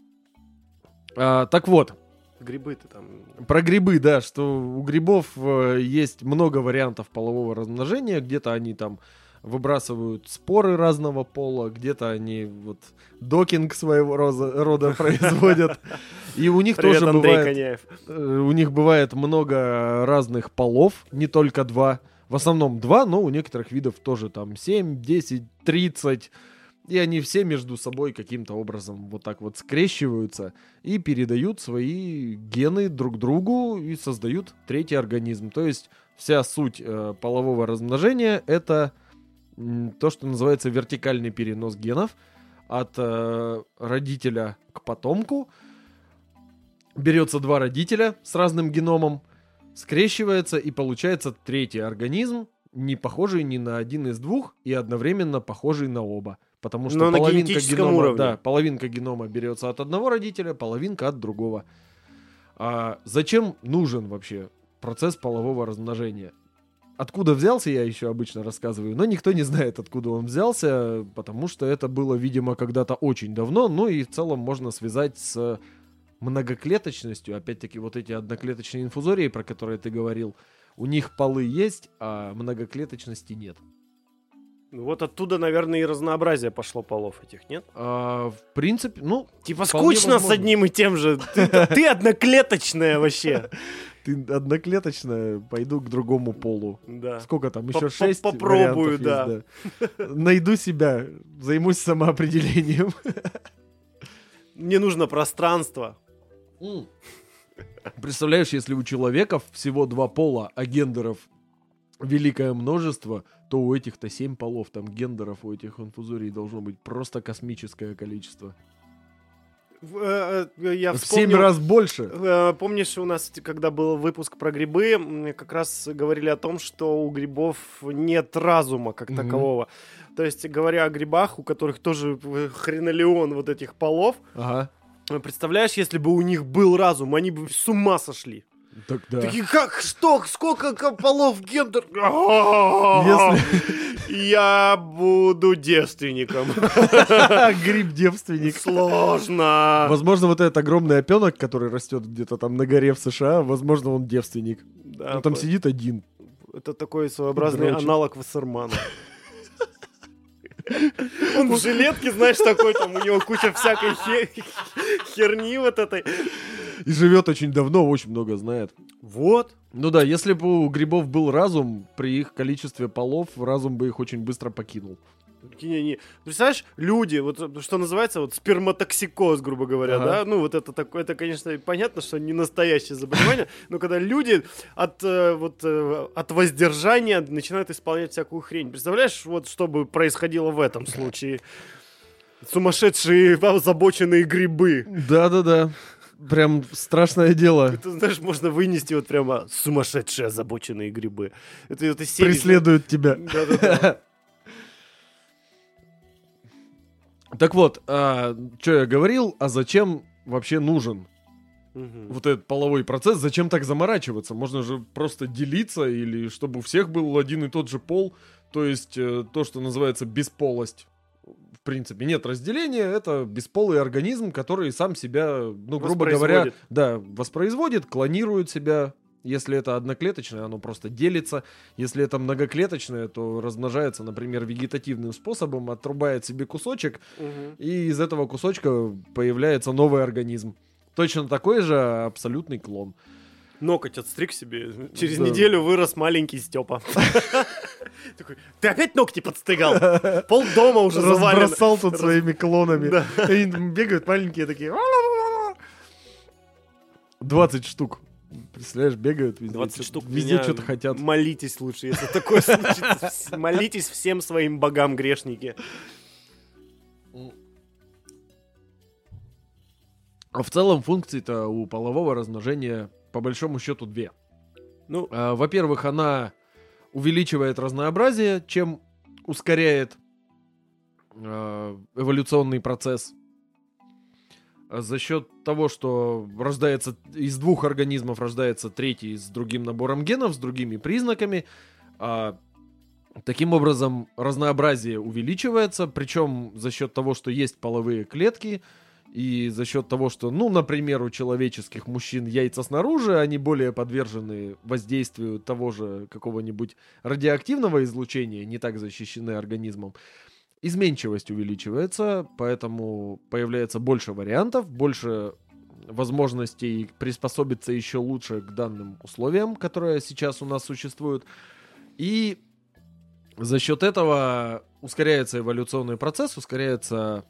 Так вот. Грибы ты там... Про грибы, да, что у грибов есть много вариантов полового размножения. Где-то они там выбрасывают споры разного пола, где-то они вот докинг своего рода производят. И у них Привет, тоже Андрей бывает... Коняев. У них бывает много разных полов, не только 2. В основном 2, но у некоторых видов тоже там 7, 10, 30. И они все между собой каким-то образом вот так вот скрещиваются и передают свои гены друг другу и создают третий организм. То есть вся суть полового размножения — это то, что называется вертикальный перенос генов от родителя к потомку. Берется 2 родителя с разным геномом, скрещивается и получается третий организм, не похожий ни на один из 2 и одновременно похожий на оба. Потому что половинка генома берется от одного родителя, половинка от другого. А зачем нужен вообще процесс полового размножения? Откуда взялся, я еще обычно рассказываю, но никто не знает, откуда он взялся, потому что это было, видимо, когда-то очень давно, ну и в целом можно связать с многоклеточностью. Опять-таки, вот эти одноклеточные инфузории, про которые ты говорил, у них полы есть, а многоклеточности нет. Вот оттуда, наверное, и разнообразие пошло полов этих, нет? В принципе, ну... Типа скучно с одним и тем же. Ты одноклеточная вообще. Ты одноклеточная, пойду к другому полу. Да. Сколько там? Еще 6 попробую, вариантов есть, да. Найду себя, займусь самоопределением. Мне нужно пространство. Представляешь, если у человека всего 2 пола, а гендеров великое множество, то у этих-то 7 полов, там гендеров у этих инфузорий должно быть просто космическое количество. Я в 7 раз больше. Помнишь, у нас, когда был выпуск про грибы, как раз говорили о том, что у грибов нет разума как такового. То есть, говоря о грибах, у которых тоже хренолеон вот этих полов, представляешь, если бы у них был разум, они бы с ума сошли. Так, да. Такие, как, что, сколько полов гендер? Я буду девственником. Гриб-девственник. Сложно. Возможно, вот этот огромный опенок, который растет где-то там на горе в США, возможно, он девственник. Да, он там сидит один. Это такой своеобразный аналог Вассермана. Он в жилетке, знаешь, такой, там у него куча всякой херни вот этой. И живет очень давно, очень много знает. Вот. Ну да, если бы у грибов был разум, при их количестве полов, разум бы их очень быстро покинул. Не. Представляешь, люди, вот что называется, вот сперматоксикоз, грубо говоря, да? Ну, вот это такое, это, конечно, понятно, что не настоящее заболевание, но когда люди от воздержания начинают исполнять всякую хрень. Представляешь, вот что бы происходило в этом случае? Сумасшедшие озабоченные грибы. Да. Прям страшное дело. Это, знаешь, можно вынести вот прямо сумасшедшие озабоченные грибы. Это преследуют тебя. Да. Так вот, что я говорил, а зачем вообще нужен вот этот половой процесс? Зачем так заморачиваться? Можно же просто делиться, или чтобы у всех был один и тот же пол. То есть то, что называется бесполость. В принципе, нет разделения, это бесполый организм, который сам себя, ну, грубо говоря, да, воспроизводит, клонирует себя. Если это одноклеточное, оно просто делится. Если это многоклеточное, то размножается, например, вегетативным способом, отрубает себе кусочек, и из этого кусочка появляется новый организм. Точно такой же абсолютный клон. Ноготь отстриг себе. Через неделю вырос маленький Степа. Такой, ты опять ногти подстригал? Пол дома уже завален. Разбросал тут своими клонами. Они бегают маленькие такие. 20 штук. Представляешь, бегают везде. 20 штук. Везде что-то хотят. Молитесь лучше, если такое случится. Молитесь всем своим богам, грешники. А в целом функций-то у полового размножения по большому счету 2. Ну, во-первых, она увеличивает разнообразие, чем ускоряет эволюционный процесс. за счет того, что рождается из двух организмов, рождается третий с другим набором генов, с другими признаками. Таким образом, разнообразие увеличивается, причем за счет того, что есть половые клетки, и за счет того, что, например, у человеческих мужчин яйца снаружи, они более подвержены воздействию того же какого-нибудь радиоактивного излучения, не так защищены организмом. Изменчивость увеличивается, поэтому появляется больше вариантов, больше возможностей приспособиться еще лучше к данным условиям, которые сейчас у нас существуют. И за счет этого ускоряется эволюционный процесс, ускоряется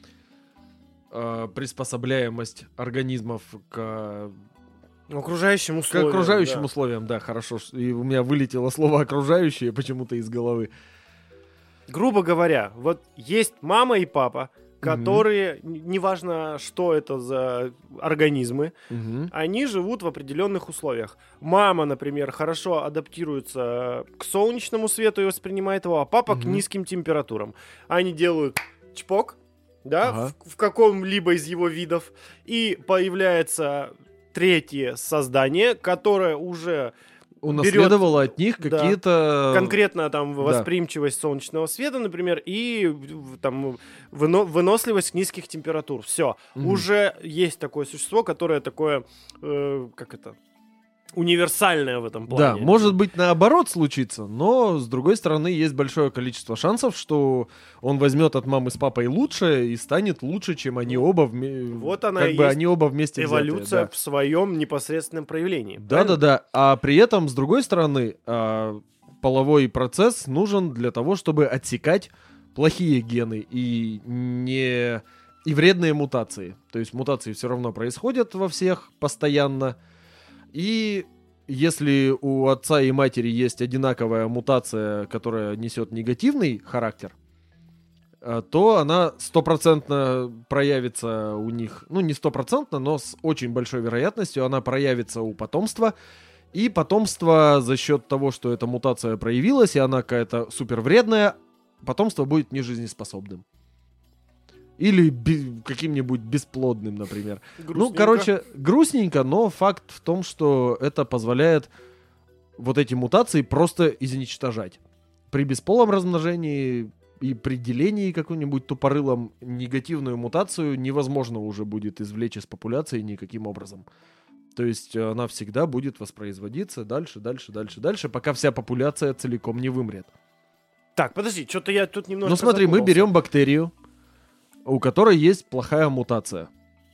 приспособляемость организмов к окружающим условиям. К окружающим условиям, да, хорошо. И у меня вылетело слово «окружающие» почему-то из головы. Грубо говоря, вот есть мама и папа, которые, неважно, что это за организмы, они живут в определенных условиях. Мама, например, хорошо адаптируется к солнечному свету и воспринимает его, а папа к низким температурам. Они делают чпок, да, в каком-либо из его видов, и появляется третье создание, которое уже унаследовало от них какие-то... конкретно там восприимчивость солнечного света, например, и там выносливость низких температур. Все. Уже есть такое существо, которое такое, универсальное в этом плане. Да, может быть, наоборот случится, но, с другой стороны, есть большое количество шансов, что он возьмет от мамы с папой лучше и станет лучше, чем они оба вот она как бы они оба вместе эволюция взятые, да. в своем непосредственном проявлении. Да. А при этом, с другой стороны, половой процесс нужен для того, чтобы отсекать плохие гены и вредные мутации. То есть мутации все равно происходят во всех постоянно. И если у отца и матери есть одинаковая мутация, которая несет негативный характер, то она 100% проявится у них, не 100%, но с очень большой вероятностью она проявится у потомства. И потомство за счет того, что эта мутация проявилась, и она какая-то супер вредная, потомство будет нежизнеспособным. Или каким-нибудь бесплодным, например. Грустненько, но факт в том, что это позволяет вот эти мутации просто изничтожать. При бесполом размножении и при делении каким-нибудь тупорылом негативную мутацию невозможно уже будет извлечь из популяции никаким образом. То есть она всегда будет воспроизводиться дальше, пока вся популяция целиком не вымрет. Так, подожди, что-то я тут немножко смотри, мы берем бактерию, у которой есть плохая мутация.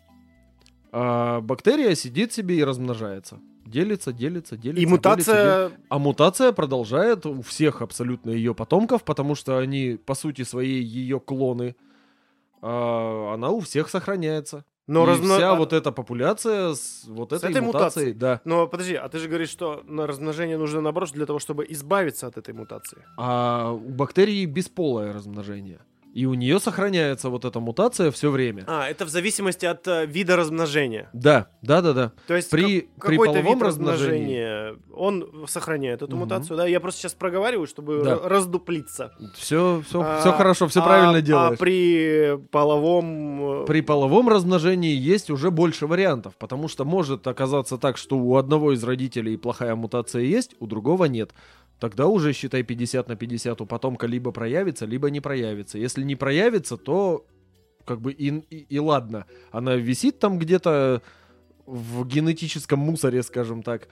А бактерия сидит себе и размножается. Делится. И мутация... А мутация продолжает у всех абсолютно ее потомков, потому что они, по сути своей, ее клоны. Она у всех сохраняется. Но вся вот эта популяция с вот этой мутацией. Да. Но подожди, а ты же говоришь, что на размножение нужно, наоборот, для того, чтобы избавиться от этой мутации. А у бактерий бесполое размножение. И у нее сохраняется вот эта мутация все время. Это в зависимости от вида размножения. Да. То есть при половом вид размножения он сохраняет эту мутацию, да? Я просто сейчас проговариваю, чтобы раздуплиться. Все хорошо, все правильно делаешь. А при половом... При половом размножении есть уже больше вариантов, потому что может оказаться так, что у одного из родителей плохая мутация есть, у другого нет. Тогда уже, считай, 50/50 у потомка либо проявится, либо не проявится. Если не проявится, то как бы и ладно. Она висит там где-то в генетическом мусоре, скажем так,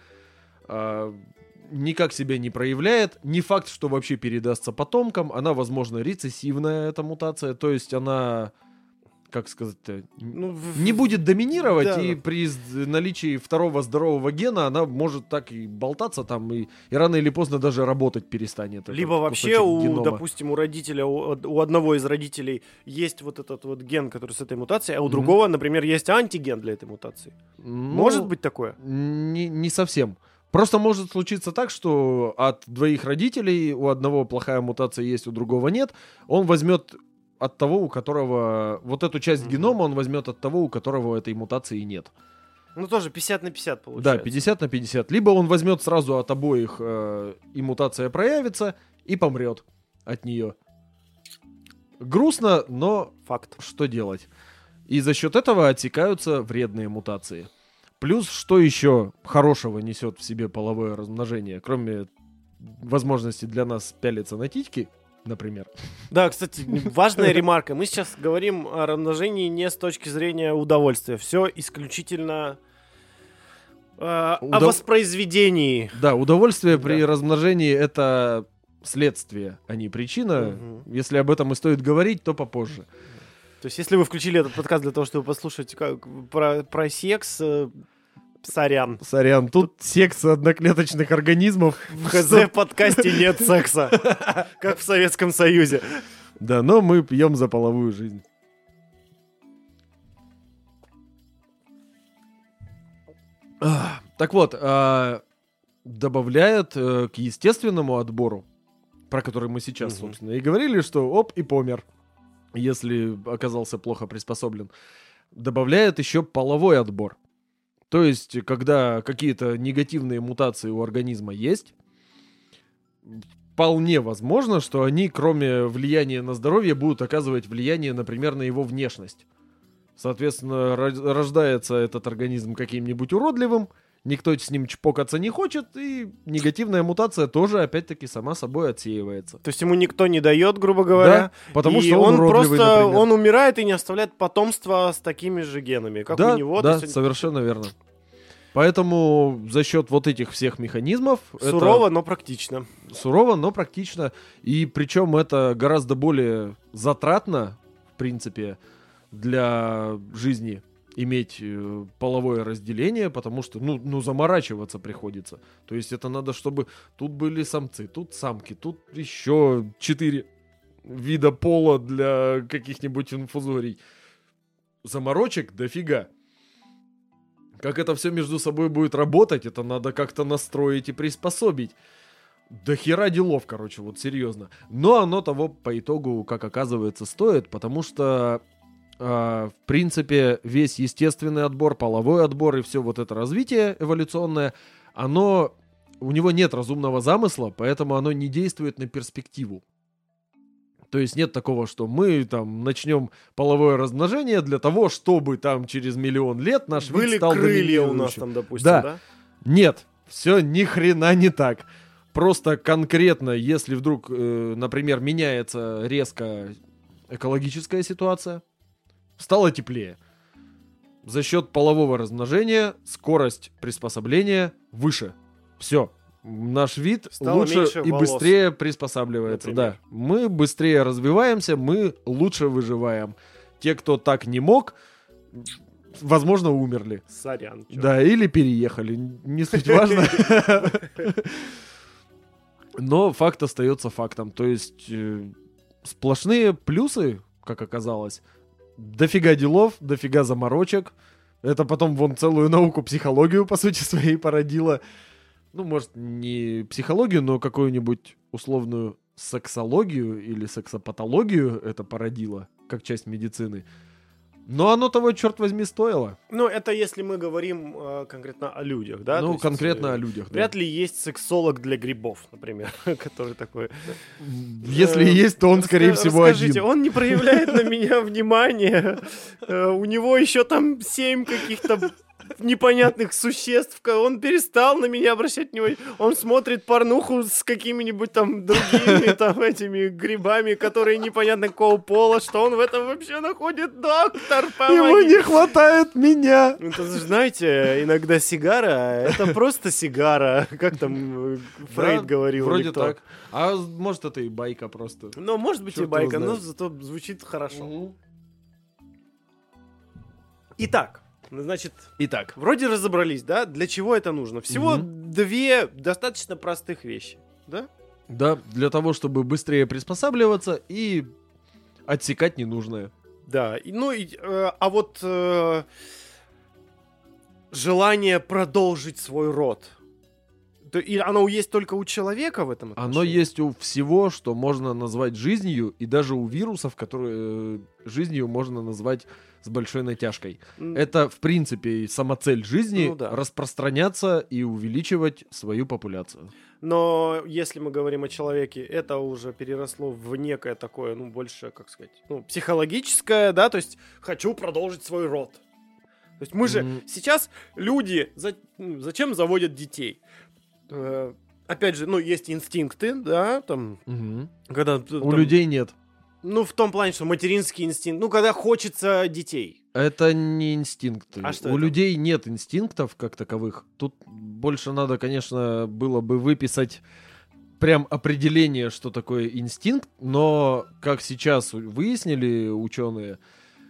никак себя не проявляет. Не факт, что вообще передастся потомкам. Она, возможно, рецессивная, эта мутация. То есть она... Как сказать-то, не будет доминировать, и при наличии второго здорового гена она может так и болтаться там, и рано или поздно даже работать перестанет. Либо вообще, допустим, у родителя, у одного из родителей есть вот этот вот ген, который с этой мутацией, а у другого, например, есть антиген для этой мутации. Может быть такое? Не совсем. Просто может случиться так, что от двоих родителей у одного плохая мутация есть, у другого нет. Он возьмет от того, у которого... Вот эту часть генома он возьмет от того, у которого этой мутации нет. Тоже 50/50 получается. Да, 50/50. Либо он возьмет сразу от обоих, и мутация проявится, и помрет от нее. Грустно, но факт. Что делать? И за счет этого отсекаются вредные мутации. Плюс, что еще хорошего несет в себе половое размножение, кроме возможности для нас пялиться на титьки, например. Да, кстати, важная ремарка. Мы сейчас говорим о размножении не с точки зрения удовольствия. Все исключительно о воспроизведении. Да, удовольствие при размножении — это следствие, а не причина. Если об этом и стоит говорить, то попозже. То есть, если вы включили этот подкаст для того, чтобы послушать про секс, сорян. Сорян, тут секс одноклеточных организмов. В ХЗ-подкасте нет секса, как в Советском Союзе. Да, но мы пьем за половую жизнь. Так вот, добавляют к естественному отбору, про который мы сейчас, собственно, и говорили, что оп, и помер, если оказался плохо приспособлен. Добавляют еще половой отбор. То есть, когда какие-то негативные мутации у организма есть, вполне возможно, что они, кроме влияния на здоровье, будут оказывать влияние, например, на его внешность. Соответственно, рождается этот организм каким-нибудь уродливым, никто с ним чпокаться не хочет, и негативная мутация тоже, опять-таки, сама собой отсеивается. То есть ему никто не дает, грубо говоря. Да, потому что он уродливый, просто, например. он умирает и не оставляет потомства с такими же генами, как да, у него. Да, совершенно верно. Поэтому за счет вот этих всех механизмов... Сурово, но практично. Сурово, но практично. И причем это гораздо более затратно, в принципе, для жизни иметь половое разделение, потому что, ну, заморачиваться приходится. То есть это надо, чтобы тут были самцы, тут самки, тут еще 4 вида пола для каких-нибудь инфузорий. Заморочек дофига. Как это все между собой будет работать, это надо как-то настроить и приспособить. До хера делов, короче, вот серьезно. Но оно того по итогу, как оказывается, стоит, потому что, в принципе, весь естественный отбор, половой отбор и все вот это развитие эволюционное, у него нет разумного замысла, поэтому оно не действует на перспективу. То есть нет такого, что мы там начнем половое размножение для того, чтобы там через миллион лет наш вид стал крылья у нас там, допустим, да? Нет, все ни хрена не так. Просто конкретно, если вдруг, например, меняется резко экологическая ситуация, стало теплее. За счет полового размножения скорость приспособления выше. Все. Наш вид стало лучше и волос, быстрее приспосабливается. например. Да. Мы быстрее развиваемся, мы лучше выживаем. Те, кто так не мог, возможно, умерли. Сорян. Да, или переехали. Не суть важно. Но факт остается фактом. То есть сплошные плюсы, как оказалось. Дофига делов, дофига заморочек. Это потом вон целую науку, психологию, по сути своей, породило. Ну, может, не психологию, но какую-нибудь условную сексологию или сексопатологию это породило, как часть медицины. Но оно того, черт возьми, стоило. Ну, это если мы говорим конкретно о людях, да? Ну, то есть, конкретно о людях, вряд ли есть сексолог для грибов, например, который такой... Если есть, то он, скорее всего, Скажите, один. он не проявляет на меня внимания. У него еще там 7 каких-то непонятных существ, он перестал на меня обращать внимание. Он смотрит порнуху с какими-нибудь там другими там этими грибами, которые непонятно какого пола. Что он в этом вообще находит? Доктор, помоги! Ему не хватает меня! Это, знаете, иногда сигара, это просто сигара. Как там Фрейд говорил. Вроде так. А может, это и байка просто. Ну, может быть, и байка, но зато звучит хорошо. Итак, значит, вроде разобрались, да? Для чего это нужно? Всего 2 достаточно простых вещи, да? Да, для того, чтобы быстрее приспосабливаться и отсекать ненужное. Да, а вот желание продолжить свой род, и оно есть только у человека в этом отношении? Оно есть у всего, что можно назвать жизнью, и даже у вирусов, которые жизнью можно назвать с большой натяжкой. Это, в принципе, сама цель жизни — распространяться и увеличивать свою популяцию. Но если мы говорим о человеке, это уже переросло в некое такое, ну, больше, как сказать, ну, психологическое, да, то есть хочу продолжить свой род. То есть мы же сейчас люди, зачем заводят детей? Опять же, ну, есть инстинкты, да, там, когда... У людей нет. Ну, в том плане, что материнский инстинкт, ну, когда хочется детей. Это не инстинкты. А что У это? людей нет инстинктов как таковых. Тут больше надо, конечно, было бы выписать прям определение, что такое инстинкт, но, как сейчас выяснили ученые,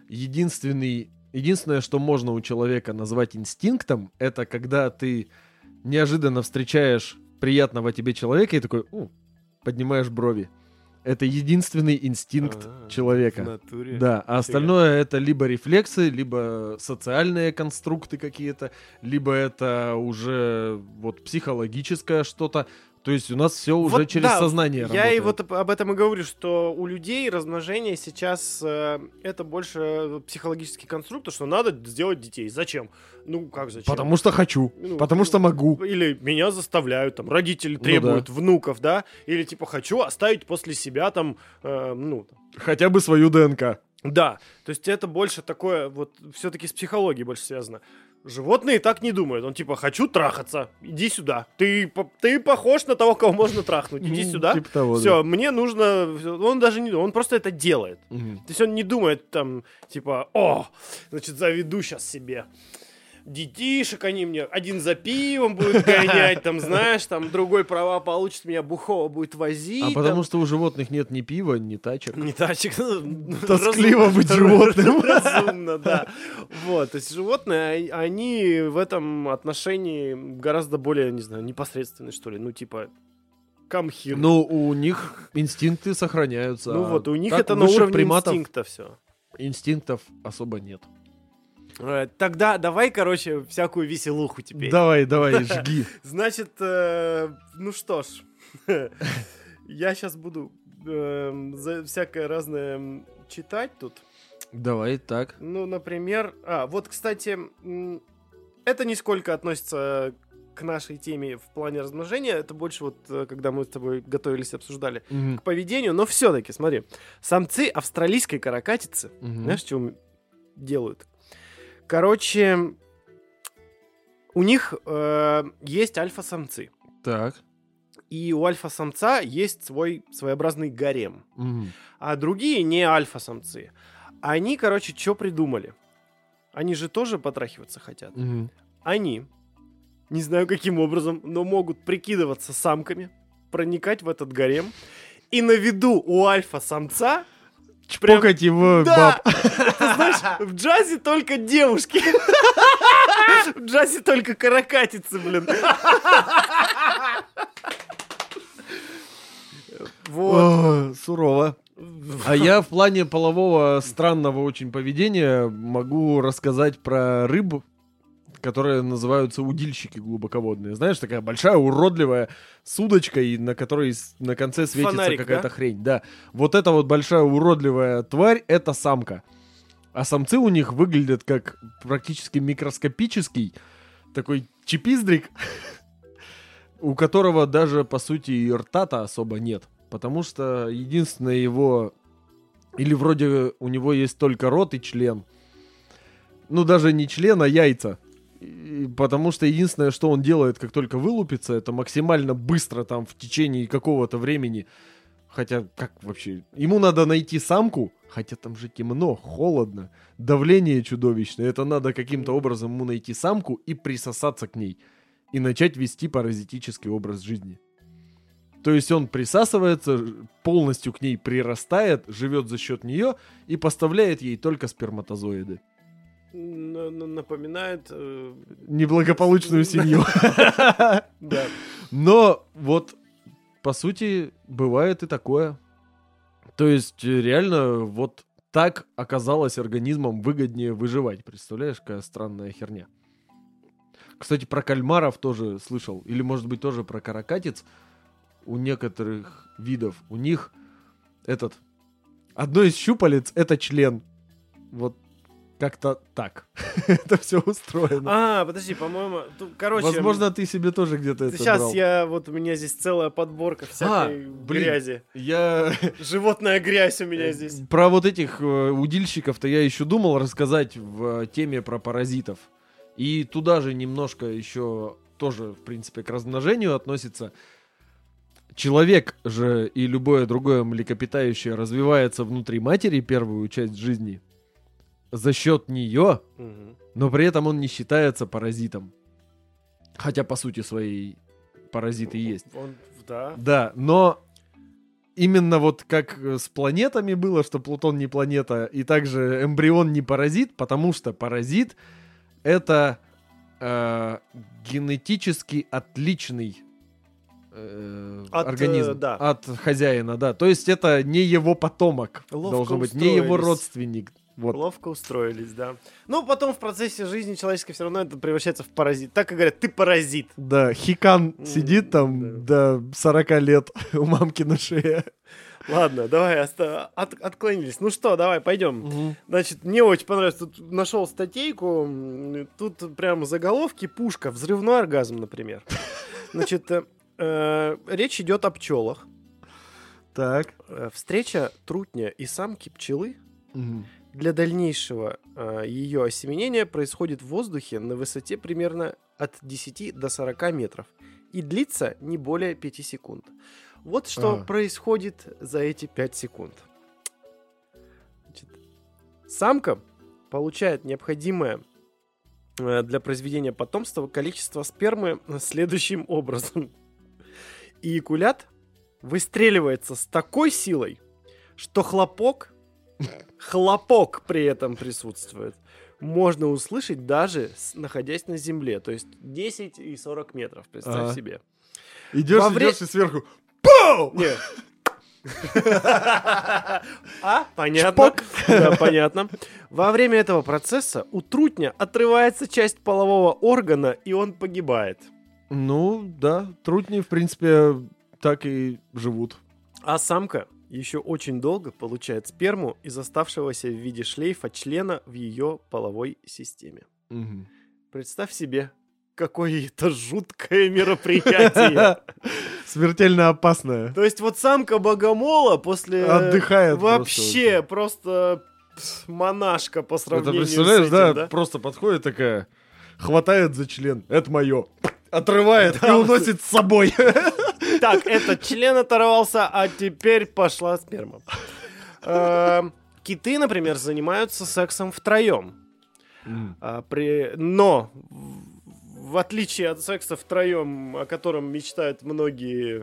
единственное, что можно у человека назвать инстинктом, это когда ты неожиданно встречаешь приятного тебе человека и такой, поднимаешь брови. Это единственный инстинкт человека. В натуре. Да, а остальное это либо рефлексы, либо социальные конструкты какие-то, либо это уже вот психологическое что-то. То есть у нас все уже Вот, через да, сознание работает. Я и вот об этом и говорю, что у людей размножение сейчас это больше психологический конструктор, что надо сделать детей. Зачем? Ну, как зачем? Потому что хочу, потому что могу. Или меня заставляют, там, родители требуют внуков, да? Или типа хочу оставить после себя там, Хотя бы свою ДНК. Да, то есть это больше такое, вот все-таки с психологией больше связано. Животные так не думают. Он типа, хочу трахаться, иди сюда. Ты похож на того, кого можно трахнуть, иди сюда. Типа того, все, да. мне нужно... Он даже не думает, он просто это делает. То есть он не думает там, типа, значит, заведу сейчас себе детишек, они мне один за пивом будут гонять, там, знаешь, там, другой права получит, меня бухого будет возить. А потому что у животных нет ни пива, ни тачек. Не тачек. Тоскливо быть животным. Разумно, да. Вот, то есть животные, они в этом отношении гораздо более, не знаю, непосредственные, что ли, ну, типа... Камхир. Ну, у них инстинкты сохраняются. Ну вот, у них так это на высших уровне приматов инстинкта все. Инстинктов особо нет. Тогда давай, короче, всякую веселуху теперь. Давай, жги. Значит, ну что ж, я сейчас буду всякое разное читать тут. Давай, так. Ну, например... вот, кстати, это нисколько относится к нашей теме в плане размножения. Это больше вот, когда мы с тобой готовились, обсуждали, к поведению. Но все-таки, смотри, самцы австралийской каракатицы, знаешь, что делают? Короче, у них есть альфа-самцы. Так. И у альфа-самца есть свой своеобразный гарем. А другие не альфа-самцы. Они, короче, что придумали? Они же тоже потрахиваться хотят. Они, не знаю каким образом, но могут прикидываться самками, проникать в этот гарем. И на виду у альфа-самца... Чпокать его да! баб. Ты знаешь, в джазе только девушки. В джазе только каракатицы, блин. Вот. Сурово. А я в плане полового странного очень поведения могу рассказать про рыб, которые называются удильщики глубоководные. Знаешь, такая большая уродливая с удочкой, на которой на конце светится фонарик, какая-то да? хрень. Да. Вот эта вот большая уродливая тварь — это самка. А самцы у них выглядят как практически микроскопический такой чипиздрик, у которого даже, по сути, и рта-то особо нет. Потому что единственное его... Или вроде у него есть только рот и член. Ну, даже не член, а яйца. Потому что единственное, что он делает, как только вылупится, это максимально быстро там в течение какого-то времени. Хотя, как вообще? Ему надо найти самку, хотя там же темно, холодно, давление чудовищное. Это надо каким-то образом ему найти самку и присосаться к ней. И начать вести паразитический образ жизни. То есть он присасывается, полностью к ней прирастает, живет за счет нее и поставляет ей только сперматозоиды. Напоминает... Неблагополучную семью. Да. Но вот, по сути, бывает и такое. То есть реально вот так оказалось организмам выгоднее выживать. Представляешь, какая странная херня. Кстати, про кальмаров тоже слышал. Или, может быть, тоже про каракатиц. У некоторых видов. У них одно из щупалец — это член. Вот Как-то так. Это все устроено. Подожди, по-моему, короче... Возможно, ты себе тоже где-то это Сейчас брал. у меня здесь целая подборка всякой грязи. Я Животная грязь у меня здесь. про вот этих удильщиков-то я еще думал рассказать в теме про паразитов. И туда же немножко еще тоже, в принципе, к размножению относится. Человек же и любое другое млекопитающее развивается внутри матери первую часть жизни за счет нее, но при этом он не считается паразитом. Хотя, по сути своей, паразиты есть. Да, но именно вот как с планетами было, что Плутон не планета, и также эмбрион не паразит, потому что паразит — это генетически отличный организм от хозяина, да. То есть это не его потомок должен быть, не его родственник. Вот. Ловко устроились, да. Но потом в процессе жизни человеческой все равно это превращается в паразит. Так и говорят, ты паразит. Да, хикан сидит там до 40 лет у мамки на шее. Ладно, давай, отклонились. Ну что, давай, пойдем. Значит, мне очень понравилось. Тут нашел статейку. Тут прям заголовки: пушка, взрывной оргазм, например. Значит, речь идет о пчелах. Так. Встреча трутня и самки пчелы для дальнейшего ее осеменения происходит в воздухе на высоте примерно от 10 до 40 метров и длится не более 5 секунд. Вот что происходит за эти 5 секунд. Значит, самка получает необходимое для произведения потомства количество спермы следующим образом. Эякулят выстреливается с такой силой, что хлопок при этом присутствует. Можно услышать даже находясь на земле. То есть 10 и 40 метров, представь себе. Идешь и сверху пау! Нет. Понятно. Да, понятно. Во время этого процесса у трутня отрывается часть полового органа, и он погибает. Ну, да, трутни, в принципе, так и живут. А самка еще очень долго получает сперму из оставшегося в виде шлейфа члена в ее половой системе. Представь себе, какое это жуткое мероприятие. Смертельно опасное. То есть вот самка богомола после... Отдыхает. Вообще просто монашка по сравнению с этим. Это представляешь, да? Просто подходит такая, хватает за член. Это мое. Отрывает и уносит с собой. Так, этот член оторвался, а теперь пошла сперма. Киты, например, занимаются сексом втроем. Но, в отличие от секса втроем, о котором мечтают многие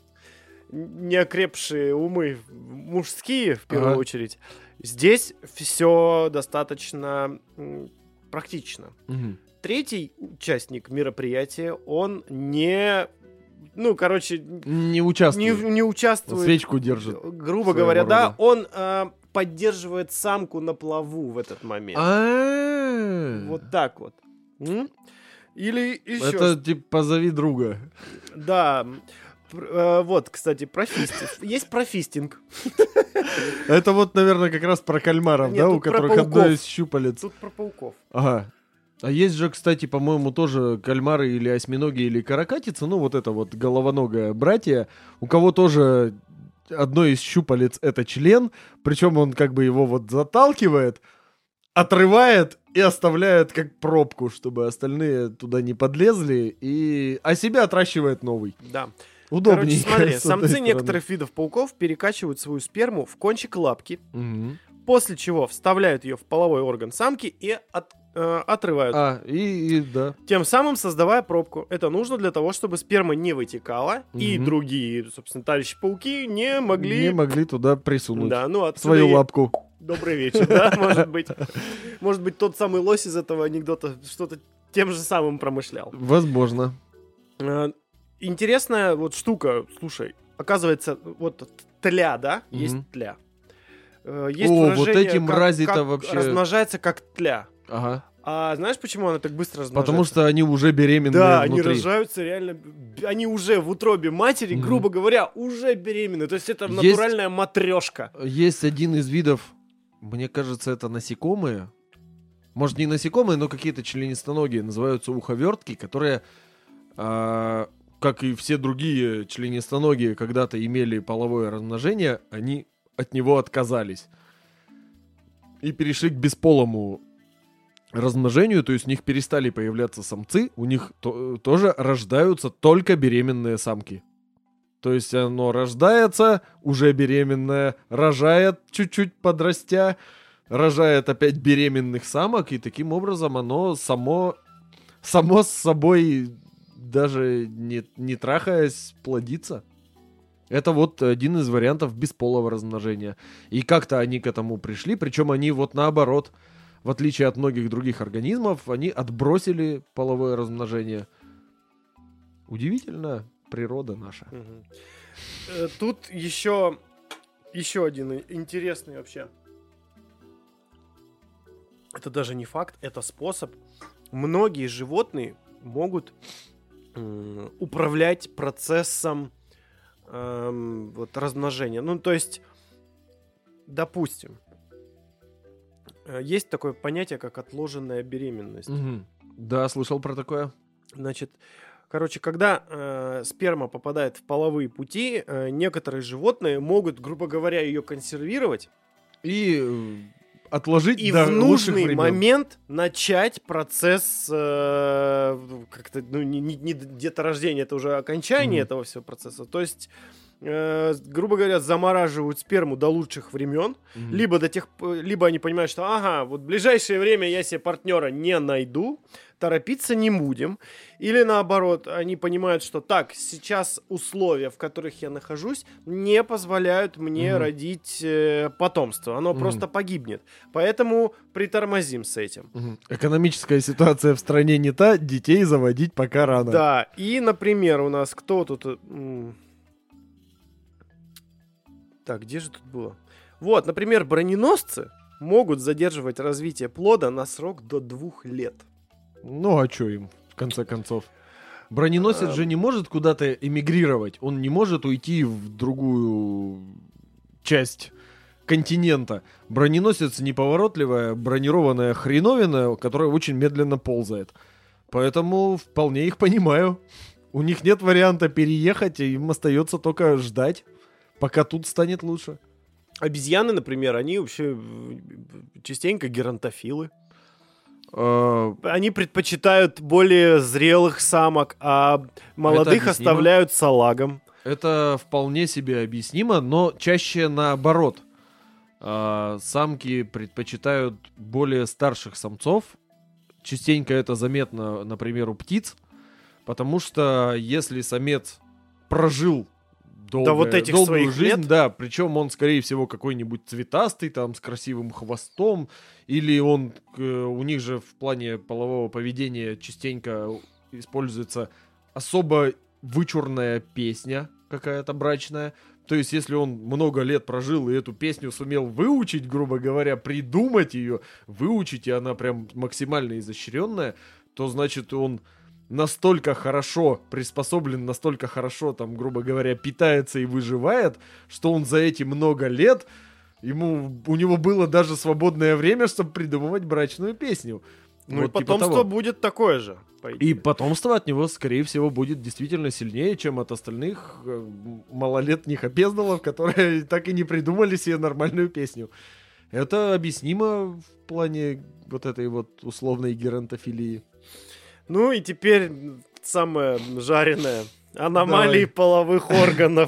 неокрепшие умы мужские, в первую очередь, здесь все достаточно практично. Третий участник мероприятия, он не участвует. Не участвует. Свечку держит. Грубо говоря, да. Он поддерживает самку на плаву в этот момент. Вот так вот. Или еще... Это типа позови друга. Да. Вот, кстати, про фистинг. Есть про фистинг. Это вот, наверное, как раз про кальмаров, да, у которых одно из щупалец. Тут про пауков. Ага. А есть же, кстати, по-моему, тоже кальмары или осьминоги или каракатицы, ну вот это вот головоногое братья, у кого тоже одно из щупалец — это член, причем он как бы его вот заталкивает, отрывает и оставляет как пробку, чтобы остальные туда не подлезли, а себя отращивает новый. Да. Удобнее. Короче, смотри, самцы некоторых видов пауков перекачивают свою сперму в кончик лапки, после чего вставляют ее в половой орган самки и отрывают. Да. Тем самым создавая пробку. Это нужно для того, чтобы сперма не вытекала, и другие, собственно, товарищи-пауки не могли туда присунуть свою лапку. Добрый вечер, да, может быть. Может быть, тот самый лось из этого анекдота что-то тем же самым промышлял. Возможно. Интересная вот штука, слушай, оказывается, вот тля, да, есть тля. Есть выражение, вот эти мрази-то вообще... размножается как тля. Ага. А знаешь, почему она так быстро размножается? Потому что они уже беременные да, внутри. Они рожаются реально... Они уже в утробе матери, грубо говоря, уже беременны. То есть это натуральная матрешка. Есть один из видов, мне кажется, это насекомые. может, не насекомые, но какие-то членистоногие, называются уховертки, которые, как и все другие членистоногие, когда-то имели половое размножение, они от него отказались. И перешли к бесполому размножению, то есть у них перестали появляться самцы, у них тоже рождаются только беременные самки. То есть оно рождается, уже беременное, рожает чуть-чуть подрастя, рожает опять беременных самок, и таким образом оно само с собой, даже не трахаясь, плодится. Это вот один из вариантов бесполого размножения. И как-то они к этому пришли, причем они вот наоборот, в отличие от многих других организмов, они отбросили половое размножение. Удивительная природа наша. Тут еще один интересный вообще. Это даже не факт, это способ. Многие животные могут управлять процессом вот, размножения. Ну, то есть, допустим, есть такое понятие, как отложенная беременность. Угу. Да, слышал про такое. Значит, короче, когда сперма попадает в половые пути, некоторые животные могут, грубо говоря, ее консервировать и отложить и до в лучших нужный времен. момент начать процесс как-то, ну, не деторождения, это уже окончание этого всего процесса. То есть, грубо говоря, замораживают сперму до лучших времен, либо они понимают, что ага, вот в ближайшее время я себе партнера не найду, торопиться не будем. Или наоборот, они понимают, что так, сейчас условия, в которых я нахожусь, не позволяют мне родить потомство. Оно просто погибнет. Поэтому притормозим с этим. Экономическая ситуация в стране не та, детей заводить пока рано. Да, и, например, у нас кто тут... Так, где же тут было? Вот, например, броненосцы могут задерживать развитие плода на срок до 2 лет. Ну, а что им, в конце концов? Броненосец же не может куда-то эмигрировать. Он не может уйти в другую часть континента. Броненосец неповоротливая, бронированная хреновина, которая очень медленно ползает. Поэтому вполне их понимаю. У них нет варианта переехать, и им остается только ждать, пока тут станет лучше. Обезьяны, например, они вообще частенько геронтофилы. Они предпочитают более зрелых самок, а молодых оставляют салагом. Это вполне себе объяснимо, но чаще наоборот. Самки предпочитают более старших самцов. Частенько это заметно, например, у птиц. Потому что если самец прожил долгую жизнь, лет? да, причем он, скорее всего, какой-нибудь цветастый, там, с красивым хвостом, или он, у них же в плане полового поведения частенько используется особо вычурная песня какая-то брачная. То есть, если он много лет прожил и эту песню сумел выучить, грубо говоря, придумать ее, выучить, и она прям максимально изощренная, то, значит, он настолько хорошо приспособлен, настолько хорошо, там, грубо говоря, питается и выживает, что он за эти много лет, у него было даже свободное время, чтобы придумывать брачную песню. Ну вот и потомство будет такое же. И потомство от него, скорее всего, будет действительно сильнее, чем от остальных малолетних опездалов, которые так и не придумали себе нормальную песню. Это объяснимо в плане вот этой вот условной геронтофилии. Ну и теперь самое жареное. Аномалии половых органов.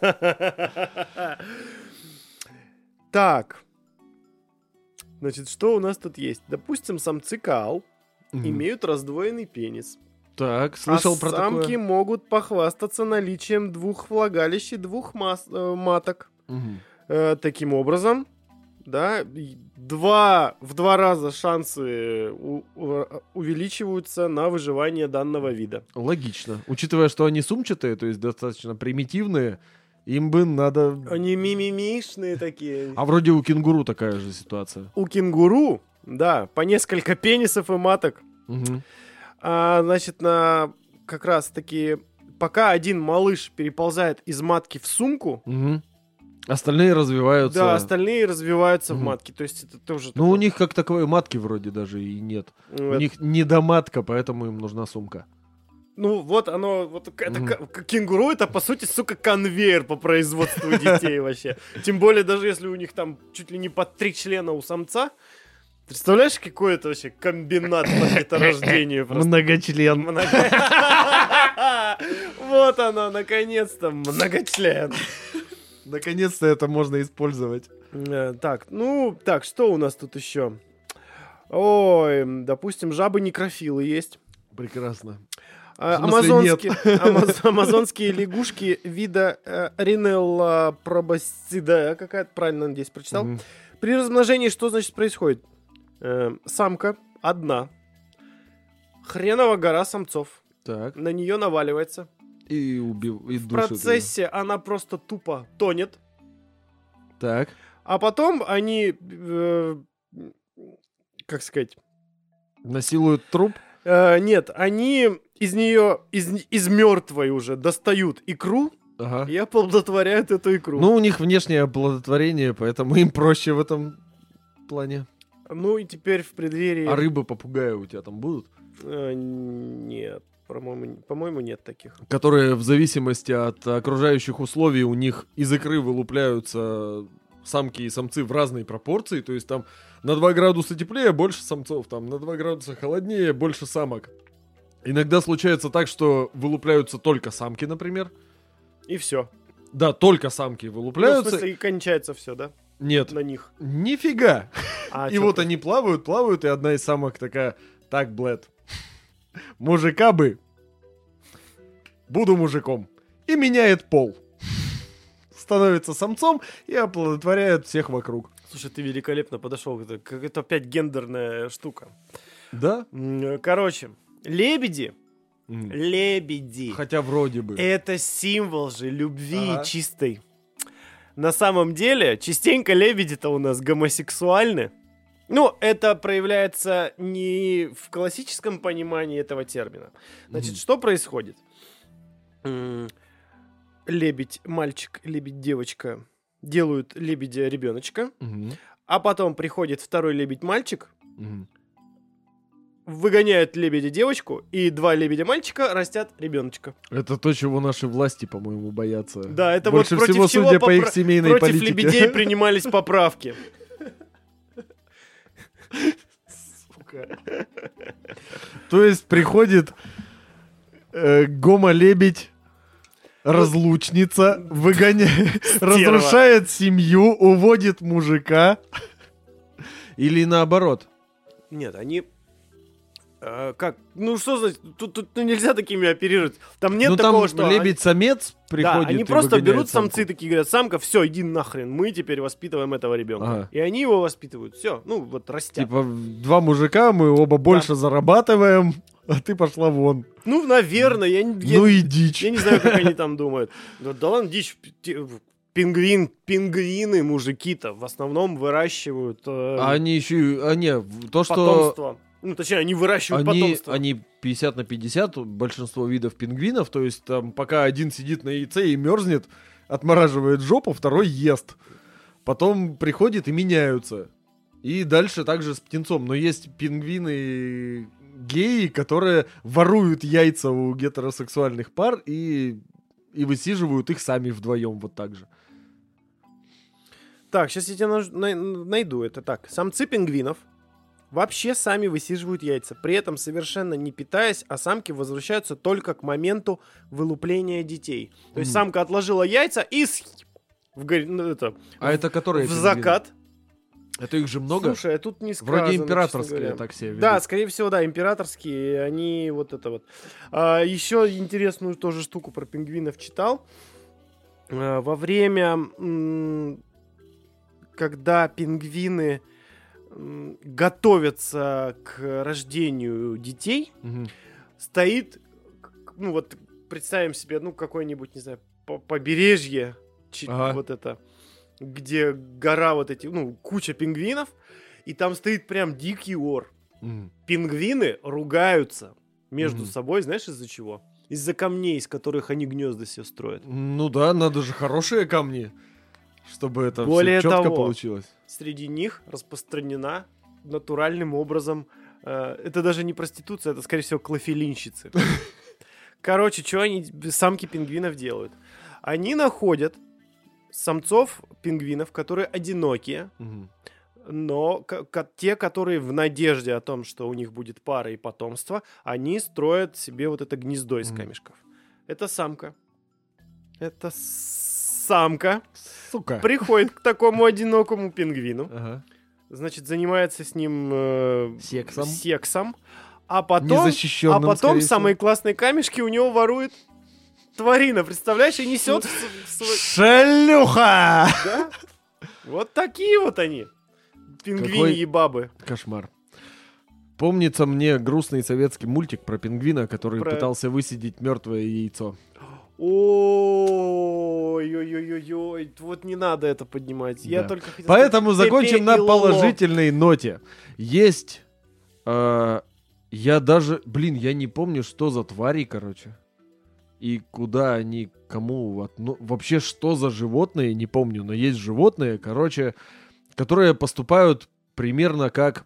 Так. Значит, что у нас тут есть? Допустим, самцы каал имеют раздвоенный пенис. Так, слышал про такое. Самки могут похвастаться наличием 2 влагалищ и 2 маток. Таким образом, да, в 2 раза шансы увеличиваются на выживание данного вида. Логично. Учитывая, что они сумчатые, то есть достаточно примитивные, им бы надо... Они мимимишные такие. А вроде у кенгуру такая же ситуация. У кенгуру, да, по несколько пенисов и маток. Значит, как раз таки, пока один малыш переползает из матки в сумку, Остальные развиваются. Да, остальные развиваются в Мгм. матке. То есть это тоже... Ну, у такое. них как таковой матки вроде даже и нет. У Вот. них недоматка, поэтому им нужна сумка. Ну, вот оно, вот это Мгм. кенгуру это, по сути, сука, конвейер по производству детей вообще. Тем более, даже если у них там чуть ли не по 3 члена у самца. Представляешь, какой это вообще комбинат по деторождению просто. Многочлен. Вот оно, наконец-то, многочлен. Наконец-то это можно использовать. Так, что у нас тут еще? Ой, допустим, жабы-некрофилы есть. Прекрасно. А, В смысле, амазонские лягушки вида Ринелла пробасцидea, какая-то, правильно надеюсь, прочитал. Мгм. При размножении что, значит, происходит? Самка одна, хренова гора самцов, Так. на нее наваливается. И В душит её. процессе она просто тупо тонет, Так. а потом они, как сказать, Насилуют труп. нет, они из нее, из мертвой уже достают икру Ага. и оплодотворяют эту икру. Ну, у них внешнее оплодотворение, поэтому им проще в этом плане. Ну и теперь в преддверии... А рыбы-попугаи у тебя там будут? Нет, по-моему, нет таких. Которые в зависимости от окружающих условий у них из икры вылупляются самки и самцы в разной пропорции. То есть там на 2 градуса теплее больше самцов, там на 2 градуса холоднее больше самок. Иногда случается так, что вылупляются только самки, например. И все. Да, только самки Ну, в вылупляются. смысле, и кончается все, да? Нет, На них. нифига. А И чё вот ты? они плавают, и одна из самок такая: так, блэд, мужика бы, буду мужиком. И меняет пол. Становится самцом и оплодотворяет всех вокруг. Слушай, ты великолепно подошел. Это опять гендерная штука. Да? Короче, лебеди. М. Лебеди. Хотя вроде бы. Это символ же любви Ага. чистой. На самом деле, частенько лебеди-то у нас гомосексуальны. Ну, это проявляется не в классическом понимании этого термина. Значит, Мгм. что происходит? Лебедь, мальчик, лебедь, девочка делают лебедя ребеночка, Мгм. а потом приходит второй лебедь-мальчик, Мгм. выгоняют лебедя девочку, и 2 лебедя-мальчика растят ребеночка. Это то, чего наши власти, по-моему, боятся. Да, это Больше вот против всего, чего судя по их семейной против политике. лебедей принимались поправки. Сука. То есть приходит гомо-лебедь, разлучница, выгоняет, разрушает семью, уводит мужика. Или наоборот. Нет, они... как? Ну что значит? Тут нельзя такими оперировать. Там нет Ну такого, там что... лебедь-самец Да, приходит они и просто выгоняет берут самку. самцы такие, говорят: самка, все, иди нахрен, мы теперь воспитываем этого ребенка. Ага. И они его воспитывают, все, ну вот растят. Типа 2 мужика, мы оба больше зарабатываем, а ты пошла вон. Ну, наверное, я Ну и дичь. не знаю, как они там думают. Да ладно, дичь. Пингвины, мужики-то в основном выращивают А они еще... то, что... потомство. Ну, точнее, они выращивают потомство. Они 50 на 50, большинство видов пингвинов, то есть там пока один сидит на яйце и мерзнет, отмораживает жопу, второй ест. Потом приходит и меняются. И дальше также с птенцом. Но есть пингвины геи, которые воруют яйца у гетеросексуальных пар и высиживают их сами вдвоем вот так же. Так, сейчас я тебе найду это. Так, самцы пингвинов вообще сами высиживают яйца, при этом совершенно не питаясь, а самки возвращаются только к моменту вылупления детей. То есть самка отложила яйца и А это которые в пингвины? закат. Это их же много? Слушай, а тут не сказано, Вроде честно императорские говоря. так себя ведут. Да, скорее всего, да, императорские, они вот это вот. Еще интересную тоже штуку про пингвинов читал. Во время, когда пингвины готовятся к рождению детей, Мгм. стоит, ну вот представим себе, ну какое-нибудь, не знаю, побережье, Ага. вот это, где гора вот эти, ну куча пингвинов, и там стоит прям дикий ор. Мгм. Пингвины ругаются между Мгм. собой, знаешь из-за чего? Из-за камней, из которых они гнезда себе строят. Ну да, надо же хорошие камни, чтобы это Более все четко того, получилось. Среди них распространена натуральным образом, это даже не проституция, это, скорее всего, клофелинщицы. Короче, что они, самки пингвинов, делают? Они находят самцов пингвинов, которые одинокие, Мгм. но те, которые в надежде о том, что у них будет пара и потомство, они строят себе вот это гнездо из Мгм. камешков. Это самка. Это самка Сука. приходит к такому одинокому пингвину, Ага. значит, занимается с ним Сексом. а потом Незащищенным, скорее всего. самые классные камешки у него ворует тварина, представляешь, и несет в свой... Шлюха! Да? Вот такие вот они, пингвини Какой- и бабы. Кошмар. Помнится мне грустный советский мультик про пингвина, который Про- пытался высидеть мертвое яйцо. Ой-ой-ой-ой, вот не надо это поднимать. Я Да. только хотел Поэтому сказать, закончим Пепе на и Лоло. положительной ноте. Есть... я даже... я не помню, что за твари, короче. И куда они, кому... вообще, что за животные, не помню. Но есть животные, короче, которые поступают примерно как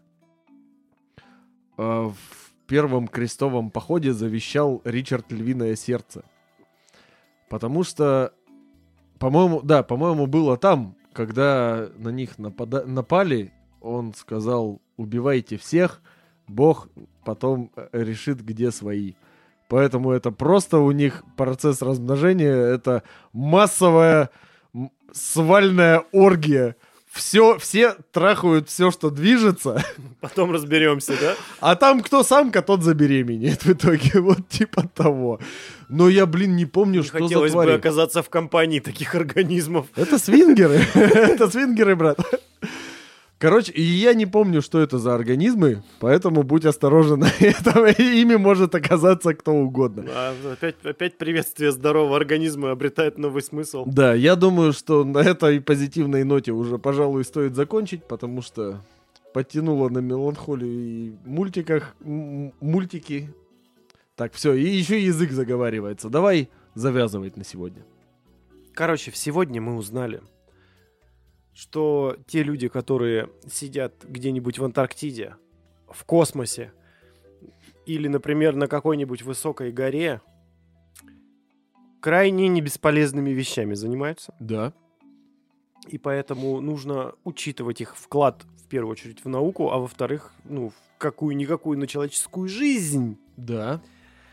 в первом крестовом походе завещал Ричард Львиное Сердце. Потому что, по-моему, было там, когда на них напали, он сказал: убивайте всех, Бог потом решит, где свои. Поэтому это просто у них процесс размножения, это массовая свальная оргия. Все трахают все, что движется, Потом разберемся, да? а там кто самка, тот забеременеет в итоге. Вот типа того. Но я, не помню, Не что за хотелось бы твари. оказаться в компании таких организмов. Это свингеры. Это свингеры, брат. Короче, и я не помню, что это за организмы, поэтому будь осторожен. Ими может оказаться кто угодно. Опять приветствие здорового организма обретает новый смысл. Да, я думаю, что на этой позитивной ноте уже, пожалуй, стоит закончить, потому что подтянуло на меланхолию и мультики. Так, все, и еще язык заговаривается. Давай завязывать на сегодня. Короче, сегодня мы узнали, что те люди, которые сидят где-нибудь в Антарктиде, в космосе, или, например, на какой-нибудь высокой горе, крайне небесполезными вещами занимаются. Да. И поэтому нужно учитывать их вклад, в первую очередь, в науку, а во-вторых, в какую-никакую, но человеческую жизнь. Да.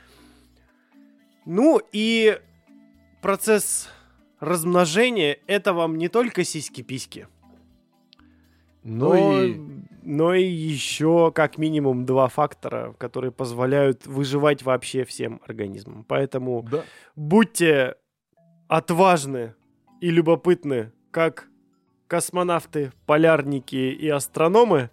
Ну и процесс размножения — это вам не только сиськи-письки, но и еще как минимум 2 фактора, которые позволяют выживать вообще всем организмам. Поэтому Да. будьте отважны и любопытны, как космонавты, полярники и астрономы.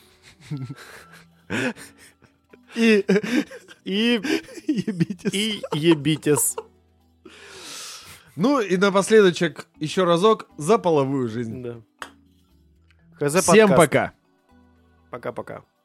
И И ебитесь. Ну и напоследочек еще разок за половую жизнь. Да. ХЗ Всем подкаст. пока. Пока-пока.